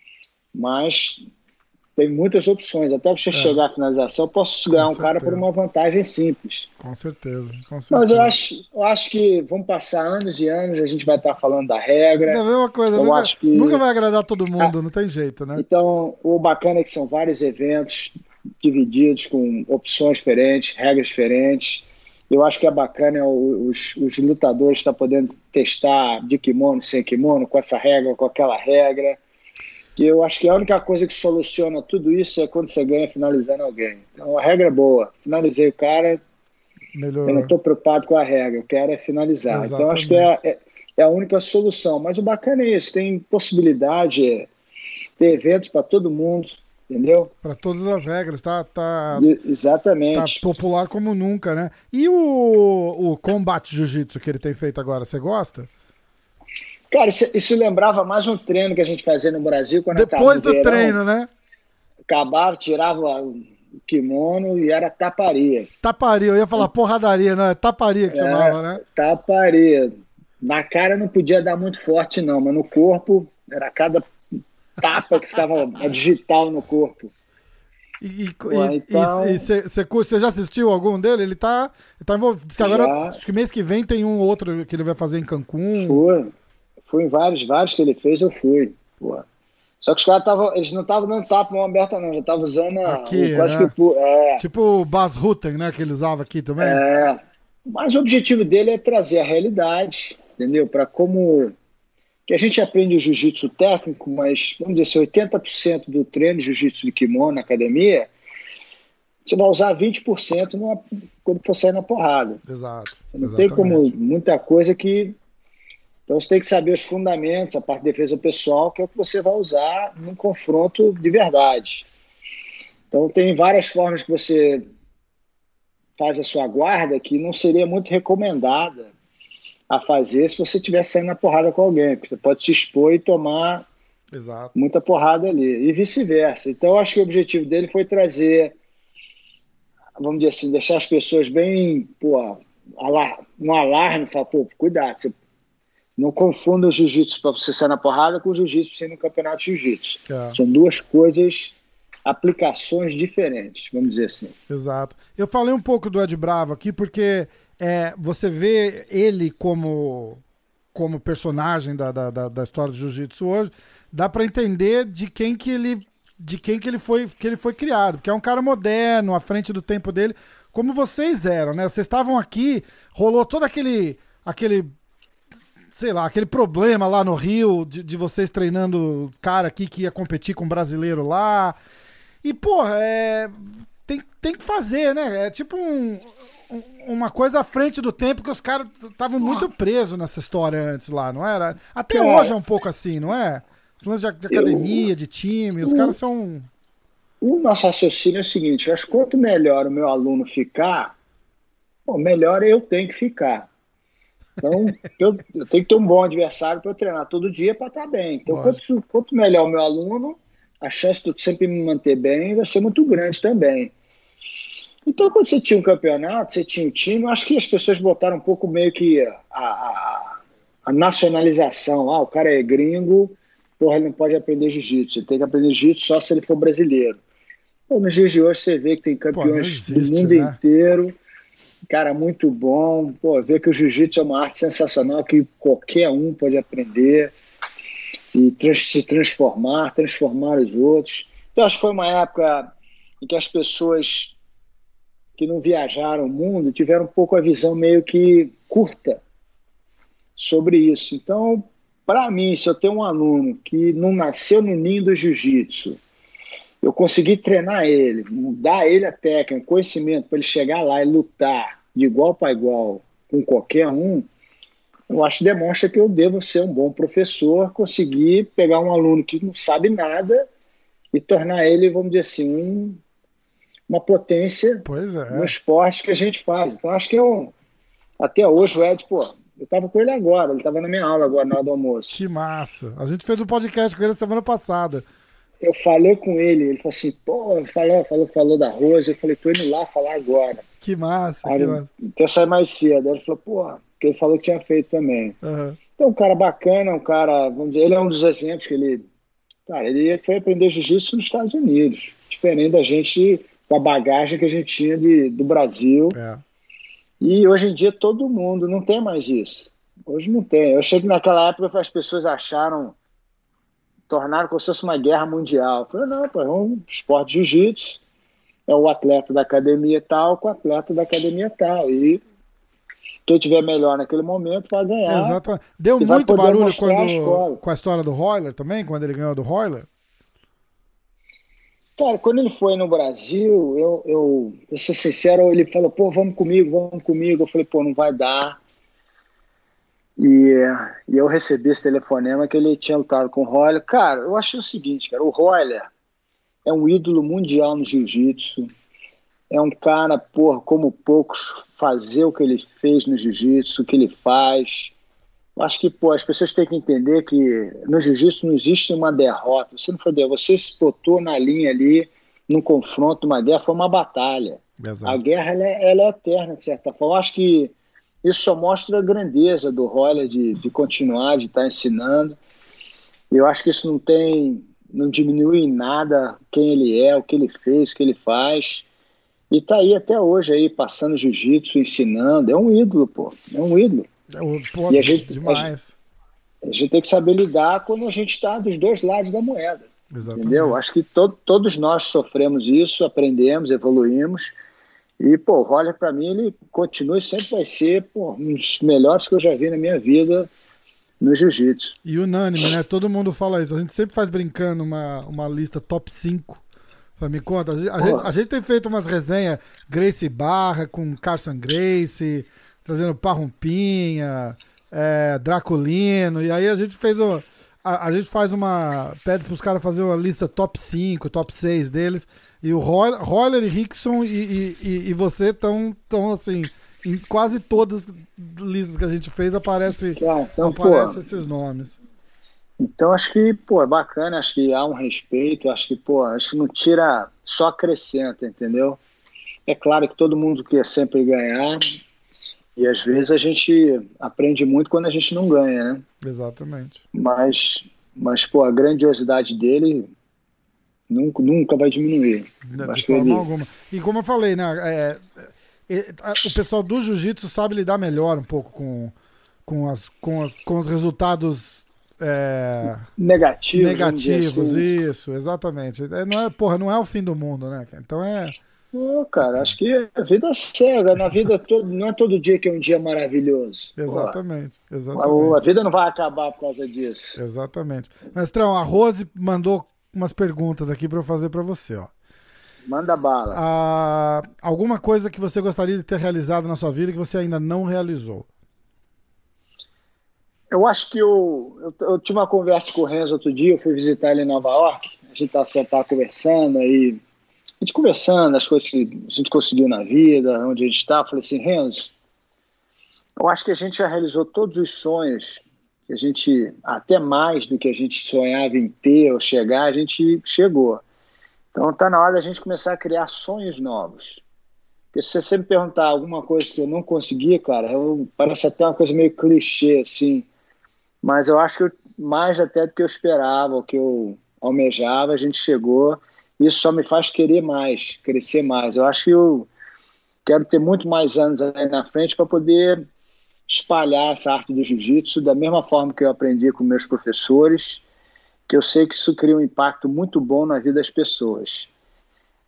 Speaker 2: Mas tem muitas opções. Até você é. chegar à finalização, eu posso ganhar um cara por uma vantagem simples.
Speaker 1: Com certeza, com certeza.
Speaker 2: Mas eu acho, eu acho que vão passar anos e anos, a gente vai estar falando da regra.
Speaker 1: É a mesma coisa,
Speaker 2: eu
Speaker 1: nunca,
Speaker 2: acho que...
Speaker 1: nunca vai agradar todo mundo, ah, não tem jeito, né?
Speaker 2: Então, o bacana é que são vários eventos divididos com opções diferentes, regras diferentes. Eu acho que é bacana é os, os lutadores estar podendo testar de kimono, sem kimono, com essa regra, com aquela regra. E eu acho que a única coisa que soluciona tudo isso é quando você ganha finalizando alguém. Então a regra é boa. Finalizei o cara, Melhorou. Eu não estou preocupado com a regra, eu quero é finalizar. Exatamente. Então acho que é, é, é a única solução. Mas o bacana é isso, tem possibilidade, é, ter eventos para todo mundo, entendeu?
Speaker 1: Para todas as regras, tá, tá,
Speaker 2: exatamente.
Speaker 1: Tá popular como nunca, né? E o, o combate jiu-jitsu que ele tem feito agora, você gosta?
Speaker 2: Cara, isso, isso lembrava mais um treino que a gente fazia no Brasil. Quando
Speaker 1: Depois do verão, treino, né?
Speaker 2: Acabava, tirava o kimono e era taparia.
Speaker 1: Taparia, eu ia falar porradaria, não é taparia que é, chamava, né?
Speaker 2: Taparia. Na cara não podia dar muito forte não, mas no corpo era cada tapa que ficava a digital no corpo.
Speaker 1: E você então... já assistiu algum dele? Ele tá, ele tá envolvido. Diz que agora, já. Acho que mês que vem tem um outro que ele vai fazer em Cancún.
Speaker 2: Foi. Fui em vários, vários que ele fez, eu fui. Pô. Só que os caras tavam, eles não estavam dando tapa mão aberta, não. Já estavam usando
Speaker 1: aqui,
Speaker 2: o, quase
Speaker 1: né?
Speaker 2: que, é.
Speaker 1: Tipo o Bas Rutten, né? Que ele usava aqui também.
Speaker 2: É. Mas o objetivo dele é trazer a realidade, entendeu? Para como... Que a gente aprende o jiu-jitsu técnico, mas, vamos dizer assim, oitenta por cento do treino de jiu-jitsu de kimono na academia, você vai usar vinte por cento numa, quando for sair na porrada.
Speaker 1: Exato.
Speaker 2: Não
Speaker 1: Exatamente.
Speaker 2: tem como muita coisa que... Então você tem que saber os fundamentos, a parte de defesa pessoal, que é o que você vai usar num confronto de verdade. Então tem várias formas que você faz a sua guarda que não seria muito recomendada a fazer se você estiver saindo na porrada com alguém, porque você pode se expor e tomar
Speaker 1: Exato.
Speaker 2: muita porrada ali, e vice-versa. Então eu acho que o objetivo dele foi trazer, vamos dizer assim, deixar as pessoas bem, pô, alar- um alarme, falar, pô, cuidado, você não confunda o jiu-jitsu para você sair na porrada com o jiu-jitsu para você ir no campeonato de jiu-jitsu.
Speaker 1: É.
Speaker 2: São duas coisas, aplicações diferentes, vamos dizer assim.
Speaker 1: Exato. Eu falei um pouco do Ed Bravo aqui porque é, você vê ele como, como personagem da, da, da, da história do jiu-jitsu hoje, dá para entender de quem que ele, de quem que ele foi, que ele foi criado, porque é um cara moderno, à frente do tempo dele, como vocês eram, né? Vocês estavam aqui, rolou todo aquele... aquele sei lá, aquele problema lá no Rio de, de vocês treinando cara aqui que ia competir com um brasileiro lá. E, porra, é, tem, tem que fazer, né? É tipo um, um, uma coisa à frente do tempo que os caras estavam muito presos nessa história antes lá, não era? Até é. hoje é um pouco assim, não é? Os lances de, de academia, eu, de time, os o, caras são...
Speaker 2: O nosso raciocínio é o seguinte, eu acho que quanto melhor o meu aluno ficar, bom, melhor eu tenho que ficar. Então, eu, eu tenho que ter um bom adversário para eu treinar todo dia para estar bem. Então, quanto, quanto melhor o meu aluno, a chance de eu sempre me manter bem vai ser muito grande também. Então, quando você tinha um campeonato, você tinha um time, eu acho que as pessoas botaram um pouco meio que a, a, a nacionalização. Ah, o cara é gringo, porra, ele não pode aprender jiu-jitsu. Ele tem que aprender jiu-jitsu só se ele for brasileiro. Então, nos dias de hoje, você vê que tem campeões Pô, existe, do mundo né? inteiro. Cara, muito bom. Pô, ver que o jiu-jitsu é uma arte sensacional que qualquer um pode aprender e trans- se transformar, transformar os outros. Então, acho que foi uma época em que as pessoas que não viajaram o mundo tiveram um pouco a visão meio que curta sobre isso. Então, para mim, se eu tenho um aluno que não nasceu no ninho do jiu-jitsu, eu consegui treinar ele, dar ele a técnica, conhecimento para ele chegar lá e lutar de igual para igual com qualquer um, eu acho que demonstra que eu devo ser um bom professor, conseguir pegar um aluno que não sabe nada e tornar ele, vamos dizer assim, um, uma potência
Speaker 1: pois é.
Speaker 2: no esporte que a gente faz. Então, acho que eu, até hoje, o Ed, pô, eu estava com ele agora, ele estava na minha aula agora, na hora do almoço.
Speaker 1: Que massa. A gente fez um podcast com ele semana passada.
Speaker 2: Eu falei com ele, ele falou assim, pô, falou, falou, falou da Rose, eu falei, tô indo lá falar agora.
Speaker 1: Que massa,
Speaker 2: Aí,
Speaker 1: que massa.
Speaker 2: Até sair mais cedo. Aí ele falou, pô, porque ele falou que tinha feito também.
Speaker 1: Uhum.
Speaker 2: Então, um cara bacana, um cara, vamos dizer, ele é um dos exemplos que ele, cara, ele foi aprender jiu-jitsu nos Estados Unidos, diferente da gente, com a bagagem que a gente tinha de, do Brasil.
Speaker 1: É.
Speaker 2: E hoje em dia todo mundo não tem mais isso. Hoje não tem. Eu achei que naquela época as pessoas acharam, tornaram como se fosse uma guerra mundial. Eu falei, não, pô, é um esporte de jiu-jitsu, é o atleta da academia tal com o atleta da academia tal. E quem tiver melhor naquele momento vai ganhar.
Speaker 1: Exatamente. Deu muito barulho quando, com a história do Royler também, quando ele ganhou do Royler?
Speaker 2: Cara, quando ele foi no Brasil, eu, eu, eu ser sincero, ele falou, pô, vamos comigo, vamos comigo. Eu falei, pô, não vai dar. E, e eu recebi esse telefonema que ele tinha lutado com o Royler. Cara, eu achei o seguinte, cara, o Royler é um ídolo mundial no jiu-jitsu. É um cara, porra, como poucos, fazer o que ele fez no jiu-jitsu, o que ele faz. Eu acho que, pô, as pessoas têm que entender que no jiu-jitsu não existe uma derrota. Você não foi derrota, você se botou na linha ali, num confronto, uma guerra, foi uma batalha.
Speaker 1: Exato.
Speaker 2: A guerra, ela é, ela é eterna, de certa forma. Eu acho que isso só mostra a grandeza do Royler de, de continuar, de estar ensinando. Eu acho que isso não tem, não diminui em nada quem ele é, o que ele fez, o que ele faz. E tá aí até hoje, aí, passando jiu-jitsu, ensinando. É um ídolo, pô. É um ídolo.
Speaker 1: Pô,
Speaker 2: e a gente,
Speaker 1: demais.
Speaker 2: A gente, a gente tem que saber lidar quando a gente está dos dois lados da moeda.
Speaker 1: Exatamente.
Speaker 2: Entendeu? Acho que to, todos nós sofremos isso, aprendemos, evoluímos. E, pô, o Royler, para mim, ele continua e sempre vai ser, pô, um dos melhores que eu já vi na minha vida no jiu-jitsu.
Speaker 1: E unânime, né? Todo mundo fala isso. A gente sempre faz brincando uma, uma lista top cinco. Me conta, a gente, a, gente, a gente tem feito umas resenhas Gracie Barra com Carson Gracie, trazendo Parrumpinha, é, Draculino, e aí a gente fez o, a, a gente faz uma, pede pros caras fazer uma lista top cinco, top seis deles, e o Royler, Royler e Rickson e, e, e você estão tão, assim, em quase todas as listas que a gente fez aparece,
Speaker 2: ah, então,
Speaker 1: aparece esses nomes.
Speaker 2: Então, acho que, pô, é bacana, acho que há um respeito, acho que, pô, acho que não tira, só acrescenta, entendeu? É claro que todo mundo quer sempre ganhar, e às vezes a gente aprende muito quando a gente não ganha, né?
Speaker 1: Exatamente.
Speaker 2: Mas, mas pô, a grandiosidade dele nunca, nunca vai diminuir.
Speaker 1: De,
Speaker 2: acho
Speaker 1: de forma
Speaker 2: ele...
Speaker 1: alguma. E como eu falei, né, é, é, o pessoal do jiu-jitsu sabe lidar melhor um pouco com, com, as, com, as, com os resultados... É...
Speaker 2: Negativos,
Speaker 1: negativos,
Speaker 2: assim.
Speaker 1: Isso, exatamente. É, não é, porra, não é o fim do mundo, né? Então é.
Speaker 2: Não, cara, acho que a vida é cega, na vida todo, não é todo dia que é um dia maravilhoso.
Speaker 1: Exatamente, porra. Exatamente.
Speaker 2: A, a vida não vai acabar por causa disso.
Speaker 1: Exatamente. Mestrão, a Rose mandou umas perguntas aqui para eu fazer para você, ó.
Speaker 2: Manda bala.
Speaker 1: Ah, alguma coisa que você gostaria de ter realizado na sua vida que você ainda não realizou?
Speaker 2: Eu acho que eu, eu, eu tive uma conversa com o Renzo outro dia, eu fui visitar ele em Nova York, a gente estava sentado conversando, aí, a gente conversando, as coisas que a gente conseguiu na vida, onde a gente está, eu falei assim, Renzo, eu acho que a gente já realizou todos os sonhos, que a gente, até mais do que a gente sonhava em ter ou chegar, a gente chegou. Então está na hora da gente começar a criar sonhos novos. Porque se você me perguntar alguma coisa que eu não consegui, cara, eu, parece até uma coisa meio clichê, assim, mas eu acho que eu, mais até do que eu esperava, o que eu almejava, a gente chegou. Isso só me faz querer mais, crescer mais. Eu acho que eu quero ter muito mais anos aí na frente para poder espalhar essa arte do jiu-jitsu da mesma forma que eu aprendi com meus professores, que eu sei que isso cria um impacto muito bom na vida das pessoas.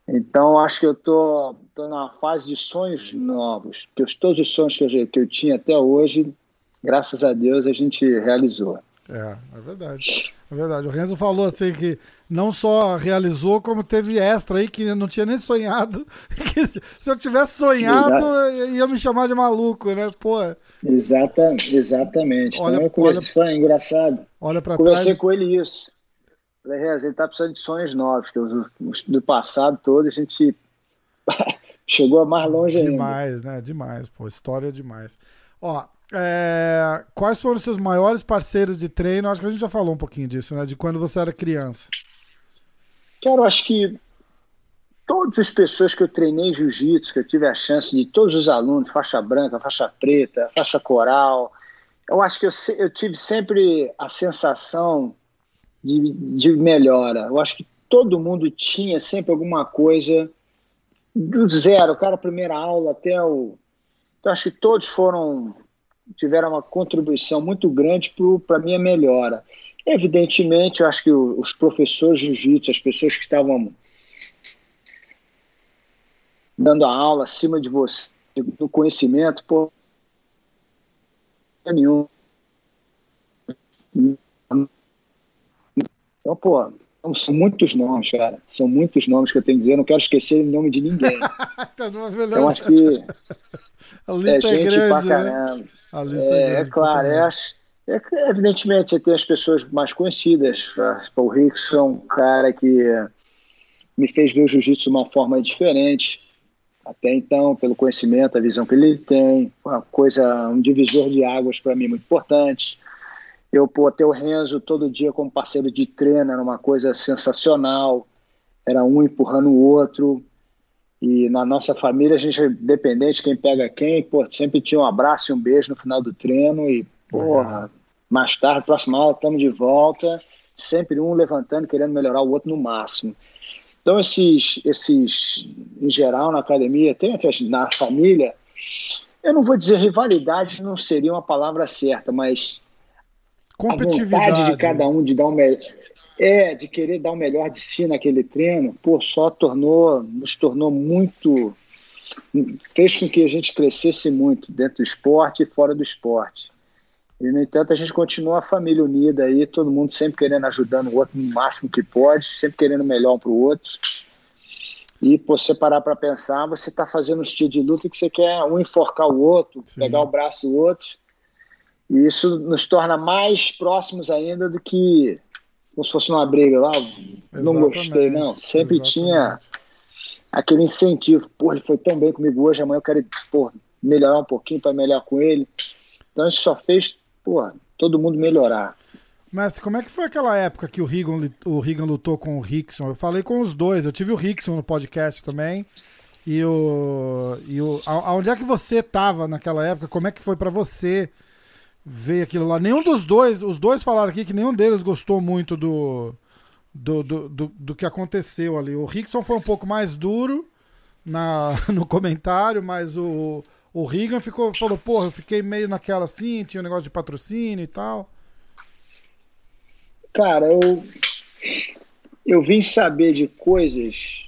Speaker 2: Então, acho que eu tô, tô numa fase de sonhos novos, porque os- todos os sonhos que eu, que eu tinha até hoje, graças a Deus, a gente realizou.
Speaker 1: É, é verdade. É verdade. O Renzo falou assim que não só realizou, como teve extra aí que eu não tinha nem sonhado. Que se se eu tivesse sonhado,
Speaker 2: Exa-
Speaker 1: ia me chamar de maluco, né? Pô,
Speaker 2: exata, exatamente. Então,
Speaker 1: olha,
Speaker 2: eu
Speaker 1: olha,
Speaker 2: conversei, foi engraçado.
Speaker 1: olha para trás.
Speaker 2: Conversei com ele isso. Falei, Rez, ele tá precisando de sonhos novos, que os, os do passado todo a gente chegou mais longe ainda.
Speaker 1: Demais, né? Demais, pô. História demais. Ó, é, quais foram os seus maiores parceiros de treino? Acho que a gente já falou um pouquinho disso, né? De quando você era criança.
Speaker 2: Cara, eu acho que todas as pessoas que eu treinei jiu-jitsu, que eu tive a chance de todos os alunos, faixa branca, faixa preta, faixa coral, eu acho que eu, se- eu tive sempre a sensação de, de melhora. Eu acho que todo mundo tinha sempre alguma coisa do zero, o cara, primeira aula até o. Então, acho que todos foram, tiveram uma contribuição muito grande para a minha melhora. Evidentemente, eu acho que o- os professores de jiu-jitsu, as pessoas que estavam dando a aula acima de você, do conhecimento, pô, nenhum. Então, pô, são muitos nomes, cara. São muitos nomes que eu tenho que dizer. Eu não quero esquecer o nome de ninguém.
Speaker 1: Tá numa
Speaker 2: Então,
Speaker 1: melhor.
Speaker 2: acho que
Speaker 1: A
Speaker 2: é
Speaker 1: lista é
Speaker 2: gente pra
Speaker 1: grande, né?
Speaker 2: caramba.
Speaker 1: A lista é
Speaker 2: É, é
Speaker 1: grande, puta
Speaker 2: claro, é,
Speaker 1: merda.
Speaker 2: as- é que, evidentemente você tem as pessoas mais conhecidas. O Rickson é um cara que me fez ver o jiu-jitsu de uma forma diferente. Até então, pelo conhecimento, a visão que ele tem, uma coisa, um divisor de águas para mim muito importante. Eu, pô, ter o Renzo todo dia como parceiro de treino era uma coisa sensacional. Era um empurrando o outro. E na nossa família, a gente é independente quem pega quem, pô, sempre tinha um abraço e um beijo no final do treino. E,
Speaker 1: Legal.
Speaker 2: porra, mais tarde, próxima aula, estamos de volta. Sempre um levantando, querendo melhorar o outro no máximo. Então, esses, esses em geral, na academia, tem até na família, eu não vou dizer rivalidade, não seria uma palavra certa, mas a vontade de
Speaker 1: Competitividade.
Speaker 2: cada um de dar o melhor, é, de querer dar o melhor de si naquele treino, pô, só tornou, nos tornou muito, fez com que a gente crescesse muito dentro do esporte e fora do esporte. E, no entanto, a gente continua a família unida aí, todo mundo sempre querendo ajudando o outro no máximo que pode, sempre querendo o melhor um para o outro. E pô, você parar para pensar, você está fazendo um estilo de luta que você quer um enforcar o outro, pegar o
Speaker 1: Sim,
Speaker 2: braço do outro. E isso nos torna mais próximos ainda do que como se fosse uma briga lá. Não gostei, não.
Speaker 1: exatamente.
Speaker 2: Sempre tinha
Speaker 1: Exatamente.
Speaker 2: aquele incentivo. Pô, ele foi tão bem comigo hoje, amanhã eu quero pô, melhorar um pouquinho para melhorar com ele. Então isso só fez pô, todo mundo melhorar.
Speaker 1: Mestre, como é que foi aquela época que o Regan, li- o Regan lutou com o Rickson? Eu falei com os dois. Eu tive o Rickson no podcast também. E o. E o a- aonde é que você tava naquela época? Como é que foi pra você ver aquilo lá? Nenhum dos dois, os dois falaram aqui que nenhum deles gostou muito do, do, do, do, do que aconteceu ali. O Rickson foi um pouco mais duro na, no comentário, mas o, o Regan ficou, falou, porra, eu fiquei meio naquela assim, tinha um negócio de patrocínio e tal.
Speaker 2: Cara, eu, eu vim saber de coisas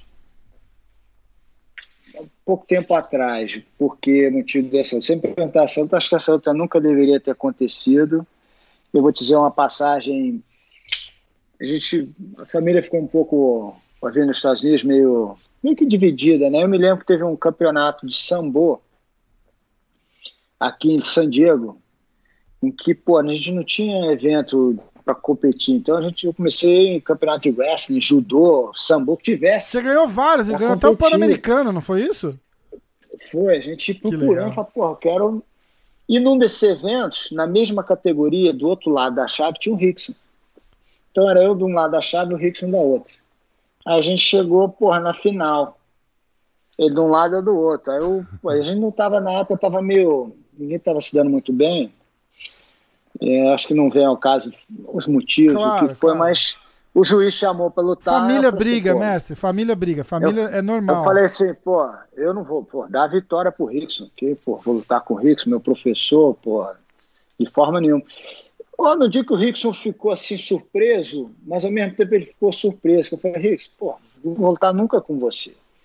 Speaker 2: pouco tempo atrás, porque no tiro dessa, eu sempre perguntar essa luta, acho que essa luta nunca deveria ter acontecido. Eu vou te dizer uma passagem, a gente, a família ficou um pouco, vendo nos Estados Unidos, meio, meio que dividida, né? Eu me lembro que teve um campeonato de sambo aqui em San Diego, em que, pô, a gente não tinha evento para competir, então a gente, eu comecei em campeonato de wrestling, judô, sambo, que
Speaker 1: Você
Speaker 2: tivesse
Speaker 1: ganhou vários, você
Speaker 2: para
Speaker 1: ganhou até o
Speaker 2: competir.
Speaker 1: Pan-Americano, não foi isso?
Speaker 2: Foi, a gente
Speaker 1: Que
Speaker 2: procurando,
Speaker 1: legal.
Speaker 2: falou, pô, eu quero. E num desses eventos, na mesma categoria, do outro lado da chave, tinha o Rickson. Então era eu de um lado da chave e o Rickson da outra. Aí a gente chegou, porra, na final. Ele de um lado e eu do outro. Aí eu, pô, a gente não tava na época, tava meio. Ninguém tava se dando muito bem. É, acho que não vem ao caso os motivos, o que
Speaker 1: Claro,
Speaker 2: foi,
Speaker 1: claro.
Speaker 2: mas o juiz chamou para lutar. Eu
Speaker 1: Família
Speaker 2: falei assim,
Speaker 1: briga,
Speaker 2: pô.
Speaker 1: mestre. Família briga.
Speaker 2: Eu,
Speaker 1: Família é
Speaker 2: eu
Speaker 1: normal.
Speaker 2: falei assim, pô, eu não vou, pô, dar a vitória pro Rickson, que, pô, vou lutar com o Rickson, meu professor, pô, de forma nenhuma. Pô, no dia que o Rickson ficou assim surpreso, mas ao mesmo tempo ele ficou surpreso. Eu falei, Rickson, pô, não vou lutar nunca com você.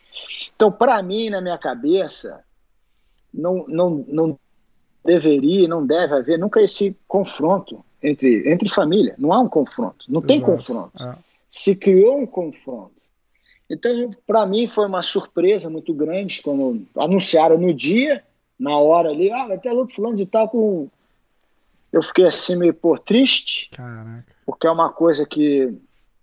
Speaker 2: Então, para mim, na minha cabeça, não, não, não deveria, não deve haver nunca esse confronto entre, entre família. Não há um confronto, não tem
Speaker 1: Exato.
Speaker 2: confronto.
Speaker 1: É.
Speaker 2: Se criou um confronto. Então, para mim, foi uma surpresa muito grande quando anunciaram no dia, na hora ali, ah, vai ter a luta fulano de tal com... Eu fiquei assim meio pô, triste,
Speaker 1: Caraca.
Speaker 2: porque é uma coisa que,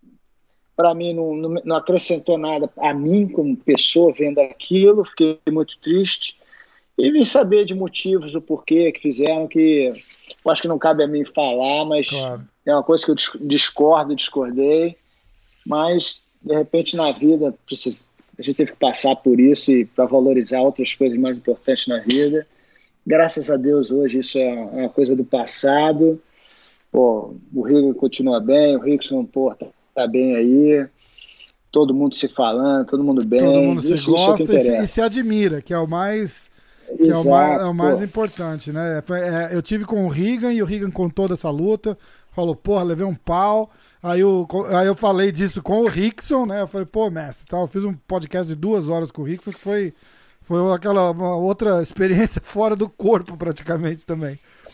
Speaker 2: para mim, não, não, não acrescentou nada a mim como pessoa vendo aquilo, fiquei muito triste. E vim saber de motivos, do porquê que fizeram, que eu acho que não cabe a mim falar, mas
Speaker 1: Claro.
Speaker 2: é uma coisa que eu discordo, discordei, mas, de repente, na vida, precisa, a gente teve que passar por isso e para valorizar outras coisas mais importantes na vida. Graças a Deus, hoje isso é uma coisa do passado. Pô, o Rio continua bem, o Rickson, pô, tá, tá bem aí, todo mundo se falando, todo mundo bem.
Speaker 1: Todo mundo se
Speaker 2: isso, isso é o que
Speaker 1: gosta e, se,
Speaker 2: interessa.
Speaker 1: e se admira, que é o mais... Que
Speaker 2: Exato,
Speaker 1: é o mais, é o mais
Speaker 2: pô.
Speaker 1: importante, né? Foi- é, eu tive com o Regan e o Regan contou dessa luta. Falou, porra, levei um pau. Aí eu, aí eu falei disso com o Rickson, né? Eu falei, pô, mestre, tal. Eu fiz um podcast de duas horas com o Rickson, que foi, foi aquela uma outra experiência fora do corpo, praticamente, também.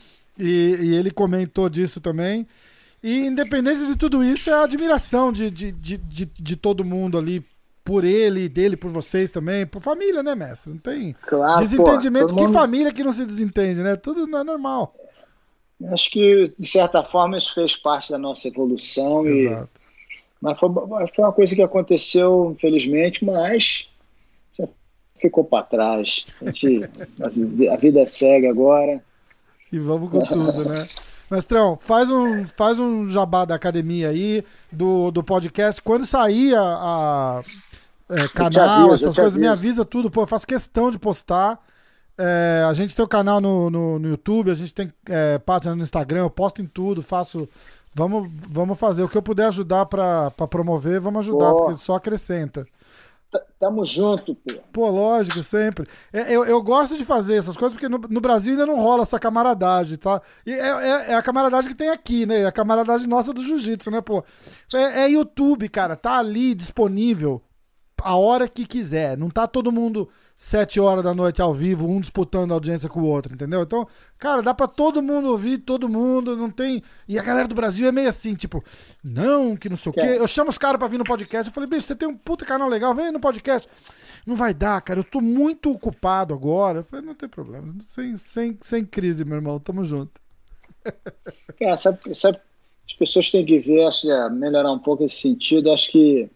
Speaker 1: E, e ele comentou disso também. E independente de tudo isso, é a admiração de, de, de, de, de todo mundo ali por ele, dele, por vocês também, por família, né, mestre? Não tem
Speaker 2: Claro,
Speaker 1: desentendimento.
Speaker 2: pô, todo
Speaker 1: Que
Speaker 2: mundo-
Speaker 1: família que não se desentende, né? Tudo não é normal.
Speaker 2: Acho que, de certa forma, isso fez parte da nossa evolução. E,
Speaker 1: Exato.
Speaker 2: mas foi, foi uma coisa que aconteceu, infelizmente, mas já ficou para trás. A, gente, a vi- a vida segue agora.
Speaker 1: E vamos com tudo, né? Mestrão, faz um, faz um jabá da academia aí, do, do podcast. Quando sair a, a, é, canal,
Speaker 2: aviso, eu
Speaker 1: essas
Speaker 2: te
Speaker 1: coisas, me
Speaker 2: aviso.
Speaker 1: avisa tudo, pô, eu faço questão de postar. É, a gente tem o canal no, no, no YouTube, a gente tem é, página no Instagram, eu posto em tudo, faço. Vamos, vamos fazer o que eu puder ajudar pra pra promover, vamos ajudar,
Speaker 2: Pô.
Speaker 1: porque só acrescenta.
Speaker 2: T- Tamo junto, pô.
Speaker 1: Pô, lógico, sempre. É, eu, eu gosto de fazer essas coisas porque no, no Brasil ainda não rola essa camaradagem, tá? E é, é- é a camaradagem que tem aqui, né? É a camaradagem nossa do jiu-jitsu, né, pô? É, é YouTube, cara. Tá ali disponível a hora que quiser. Não tá todo mundo sete horas da noite ao vivo, um disputando audiência com o outro, entendeu? Então, cara, dá pra todo mundo ouvir, todo mundo, não tem... E a galera do Brasil é meio assim, tipo, não, que não sei o quê.
Speaker 2: Quer?
Speaker 1: Eu chamo os caras pra vir no podcast, eu falei, bicho, você tem um puta canal legal, vem no podcast. Não vai dar, cara, eu tô muito ocupado agora. Eu falei, não tem problema, sem, sem, sem crise, meu irmão, tamo junto.
Speaker 2: É, sabe, sabe, as pessoas têm que ver, acho que é, melhorar um pouco esse sentido. Acho que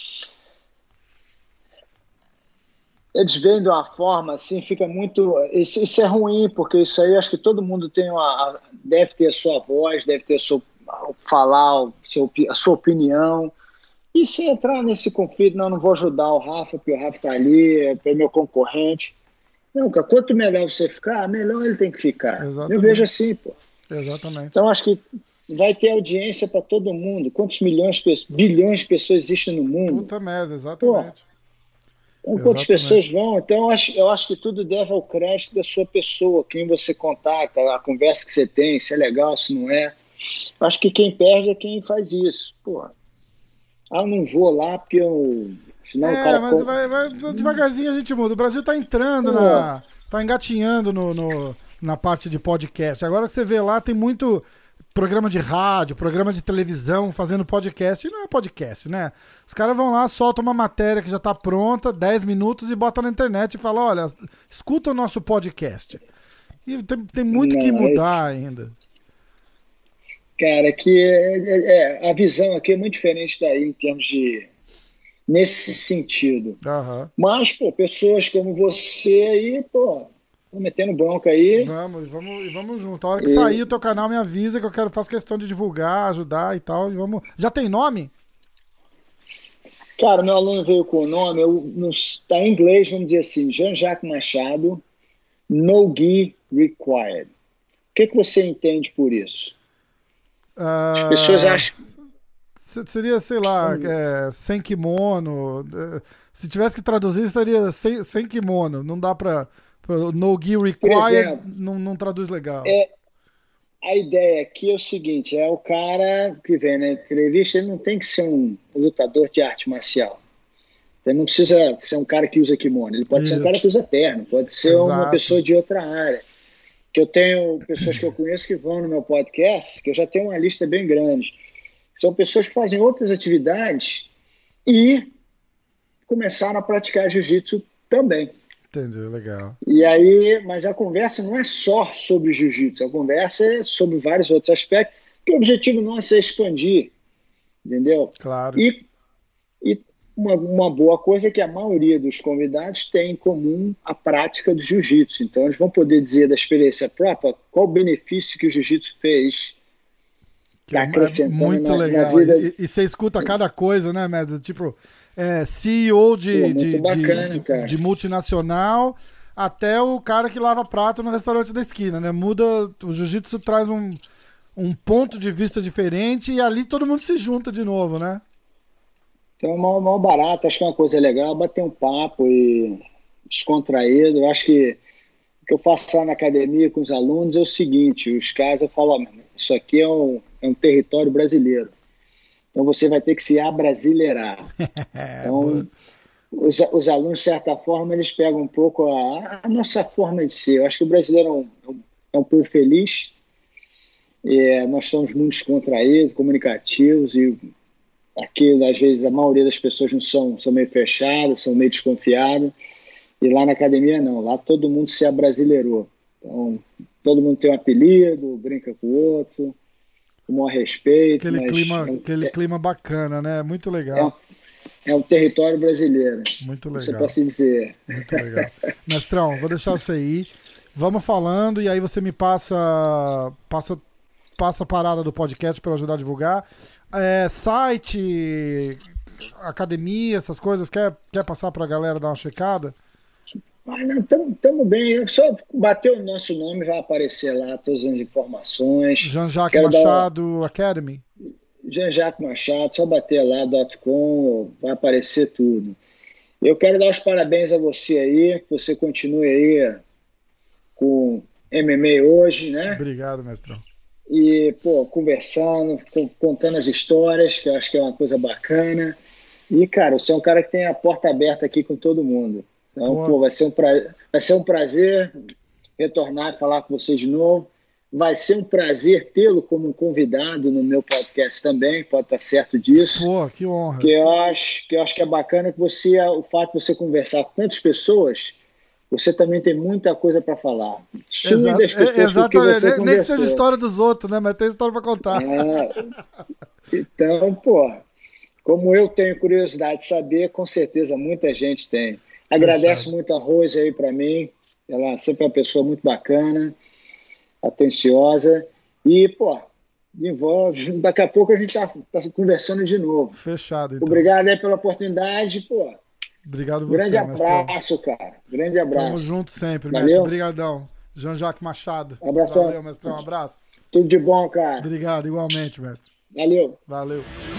Speaker 2: eles veem de uma forma assim, fica muito. Isso, isso é ruim, porque isso aí acho que todo mundo tem uma, deve ter a sua voz, deve ter a sua, falar o seu, a sua opinião. E se entrar nesse conflito, não, não vou ajudar o Rafa, porque o Rafa está ali, é meu concorrente. Não, cara, quanto melhor você ficar, melhor ele tem que ficar.
Speaker 1: Exatamente.
Speaker 2: Eu vejo assim, pô.
Speaker 1: Exatamente.
Speaker 2: Então acho que vai ter audiência para todo mundo. Quantos milhões, bilhões de pessoas existem no mundo?
Speaker 1: Puta merda, exatamente.
Speaker 2: Então, quantas
Speaker 1: Exatamente.
Speaker 2: pessoas vão? Então, eu acho, eu acho que tudo deve ao crédito da sua pessoa, quem você contata, a conversa que você tem, se é legal, se não é. Eu acho que quem perde é quem faz isso. Pô, ah, eu não vou lá porque eu... Senão o
Speaker 1: É,
Speaker 2: cara
Speaker 1: mas
Speaker 2: com-
Speaker 1: vai, vai- devagarzinho a gente muda. O Brasil tá entrando
Speaker 2: É.
Speaker 1: na. Tá engatinhando no, no- na parte de podcast. Agora que você vê lá, tem muito programa de rádio, programa de televisão fazendo podcast. E não é podcast, né? Os caras vão lá, soltam uma matéria que já tá pronta, dez minutos, e botam na internet e falam: olha, escuta o nosso podcast. E tem, tem muito que
Speaker 2: Não,
Speaker 1: mudar ainda.
Speaker 2: Cara, que é, é- é, a visão aqui é muito diferente daí em termos de... Nesse sentido.
Speaker 1: Aham.
Speaker 2: Mas, pô, pessoas como você aí, pô, estão metendo bronca aí.
Speaker 1: Vamos, vamos, e vamos junto. A hora que
Speaker 2: E-
Speaker 1: sair o teu canal, me avisa que eu quero, faço questão de divulgar, ajudar e tal. E vamos. Já tem nome?
Speaker 2: Cara, meu aluno veio com o nome, está em inglês, vamos dizer assim, Jean-Jacques Machado, No Gi Required. O que, que você entende por isso?
Speaker 1: Ah,
Speaker 2: As pessoas acham...
Speaker 1: se- Seria, sei lá, é, sem kimono. é, Se tivesse que traduzir, seria sem, sem kimono. Não dá pra. pra no gi required,
Speaker 2: exemplo,
Speaker 1: não, não traduz legal.
Speaker 2: é, a ideia aqui é o seguinte, é o cara que vem na entrevista, ele não tem que ser um lutador de arte marcial. Você não precisa ser um cara que usa kimono, ele pode
Speaker 1: Isso.
Speaker 2: ser um cara que usa terno, pode ser
Speaker 1: Exato.
Speaker 2: uma pessoa de outra área. Que eu tenho pessoas que eu conheço que vão no meu podcast, que eu já tenho uma lista bem grande. São pessoas que fazem outras atividades e começaram a praticar jiu-jitsu também.
Speaker 1: Entendi, legal.
Speaker 2: E aí, mas a conversa não é só sobre jiu-jitsu, a conversa é sobre vários outros aspectos, porque o objetivo nosso é expandir, entendeu?
Speaker 1: Claro.
Speaker 2: E, e uma, uma boa coisa é que a maioria dos convidados tem em comum a prática do jiu-jitsu. Então, eles vão poder dizer da experiência própria qual o benefício que o jiu-jitsu fez.
Speaker 1: Que tá acrescentando muito na, legal. Na vida... e, e você escuta cada coisa, né, Mestre? Tipo, é, C E O de, Pô, de, bacana, de, de multinacional até o cara que lava prato no restaurante da esquina, né? Muda, o jiu-jitsu traz um, um ponto de vista diferente e ali todo mundo se junta de novo, né?
Speaker 2: Então, mal, mal barato, acho que é uma coisa legal, bater um papo e descontraído. Eu acho que o que eu faço lá na academia com os alunos é o seguinte, os caras, eu falo, ó, isso aqui é um, é um território brasileiro. Então você vai ter que se abrasileirar. Então, os, os alunos, de certa forma, eles pegam um pouco a, a nossa forma de ser. Eu acho que o brasileiro é um, é um povo feliz, é, nós somos muito descontraídos, comunicativos, e aqui, às vezes, a maioria das pessoas não são, são meio fechadas, são meio desconfiadas, e lá na academia não, lá todo mundo se abrasileirou. Então, todo mundo tem um apelido, brinca com o outro, com o maior respeito.
Speaker 1: Aquele,
Speaker 2: mas
Speaker 1: clima,
Speaker 2: é,
Speaker 1: aquele
Speaker 2: é,
Speaker 1: clima bacana, né? Muito legal.
Speaker 2: É, é um território brasileiro.
Speaker 1: Muito legal.
Speaker 2: Isso eu posso dizer.
Speaker 1: Muito legal. Mestrão, vou deixar você ir. Vamos falando e aí você me passa, passa, passa a parada do podcast para ajudar a divulgar. É, site, academia, essas coisas, quer, quer passar para a galera dar uma checada?
Speaker 2: Ah, não, estamos bem. Só bater o nosso nome, vai aparecer lá todas as informações.
Speaker 1: Jean-Jacques Machado dar... Academy.
Speaker 2: Jean-Jacques Machado, só bater lá, .com, vai aparecer tudo. Eu quero dar os parabéns a você aí, que você continue aí com M M A hoje, né?
Speaker 1: Obrigado, mestrão.
Speaker 2: E, pô, conversando, contando as histórias, que eu acho que é uma coisa bacana. E, cara, você é um cara que tem a porta aberta aqui com todo mundo. Então, pô, vai ser um prazer, vai ser um prazer retornar e falar com vocês de novo. Vai ser um prazer tê-lo como convidado no meu podcast também, pode estar certo disso.
Speaker 1: Pô, que honra.
Speaker 2: Que eu acho que, eu acho que é bacana que você, o fato de você conversar com tantas pessoas, você também tem muita coisa para falar.
Speaker 1: Exato, das pessoas é, exatamente, você nem, nem que seja história dos outros, né? Mas tem história para contar.
Speaker 2: É, então, pô, como eu tenho curiosidade de saber, com certeza muita gente tem. Agradeço Fechado. muito a Rose aí para mim. Ela sempre é uma pessoa muito bacana, atenciosa. E, pô, envolve. Daqui a pouco a gente tá, tá conversando de novo.
Speaker 1: Fechado, então.
Speaker 2: Obrigado aí pela oportunidade, pô.
Speaker 1: Obrigado você,
Speaker 2: Grande abraço, mestrão. cara. Grande abraço.
Speaker 1: Tamo junto sempre,
Speaker 2: Valeu.
Speaker 1: mestre. Obrigadão. Jean-Jacques Machado.
Speaker 2: Um abração.
Speaker 1: Valeu, mestrão. Um abraço.
Speaker 2: Tudo de bom, cara.
Speaker 1: Obrigado, igualmente, mestre.
Speaker 2: Valeu.
Speaker 1: Valeu.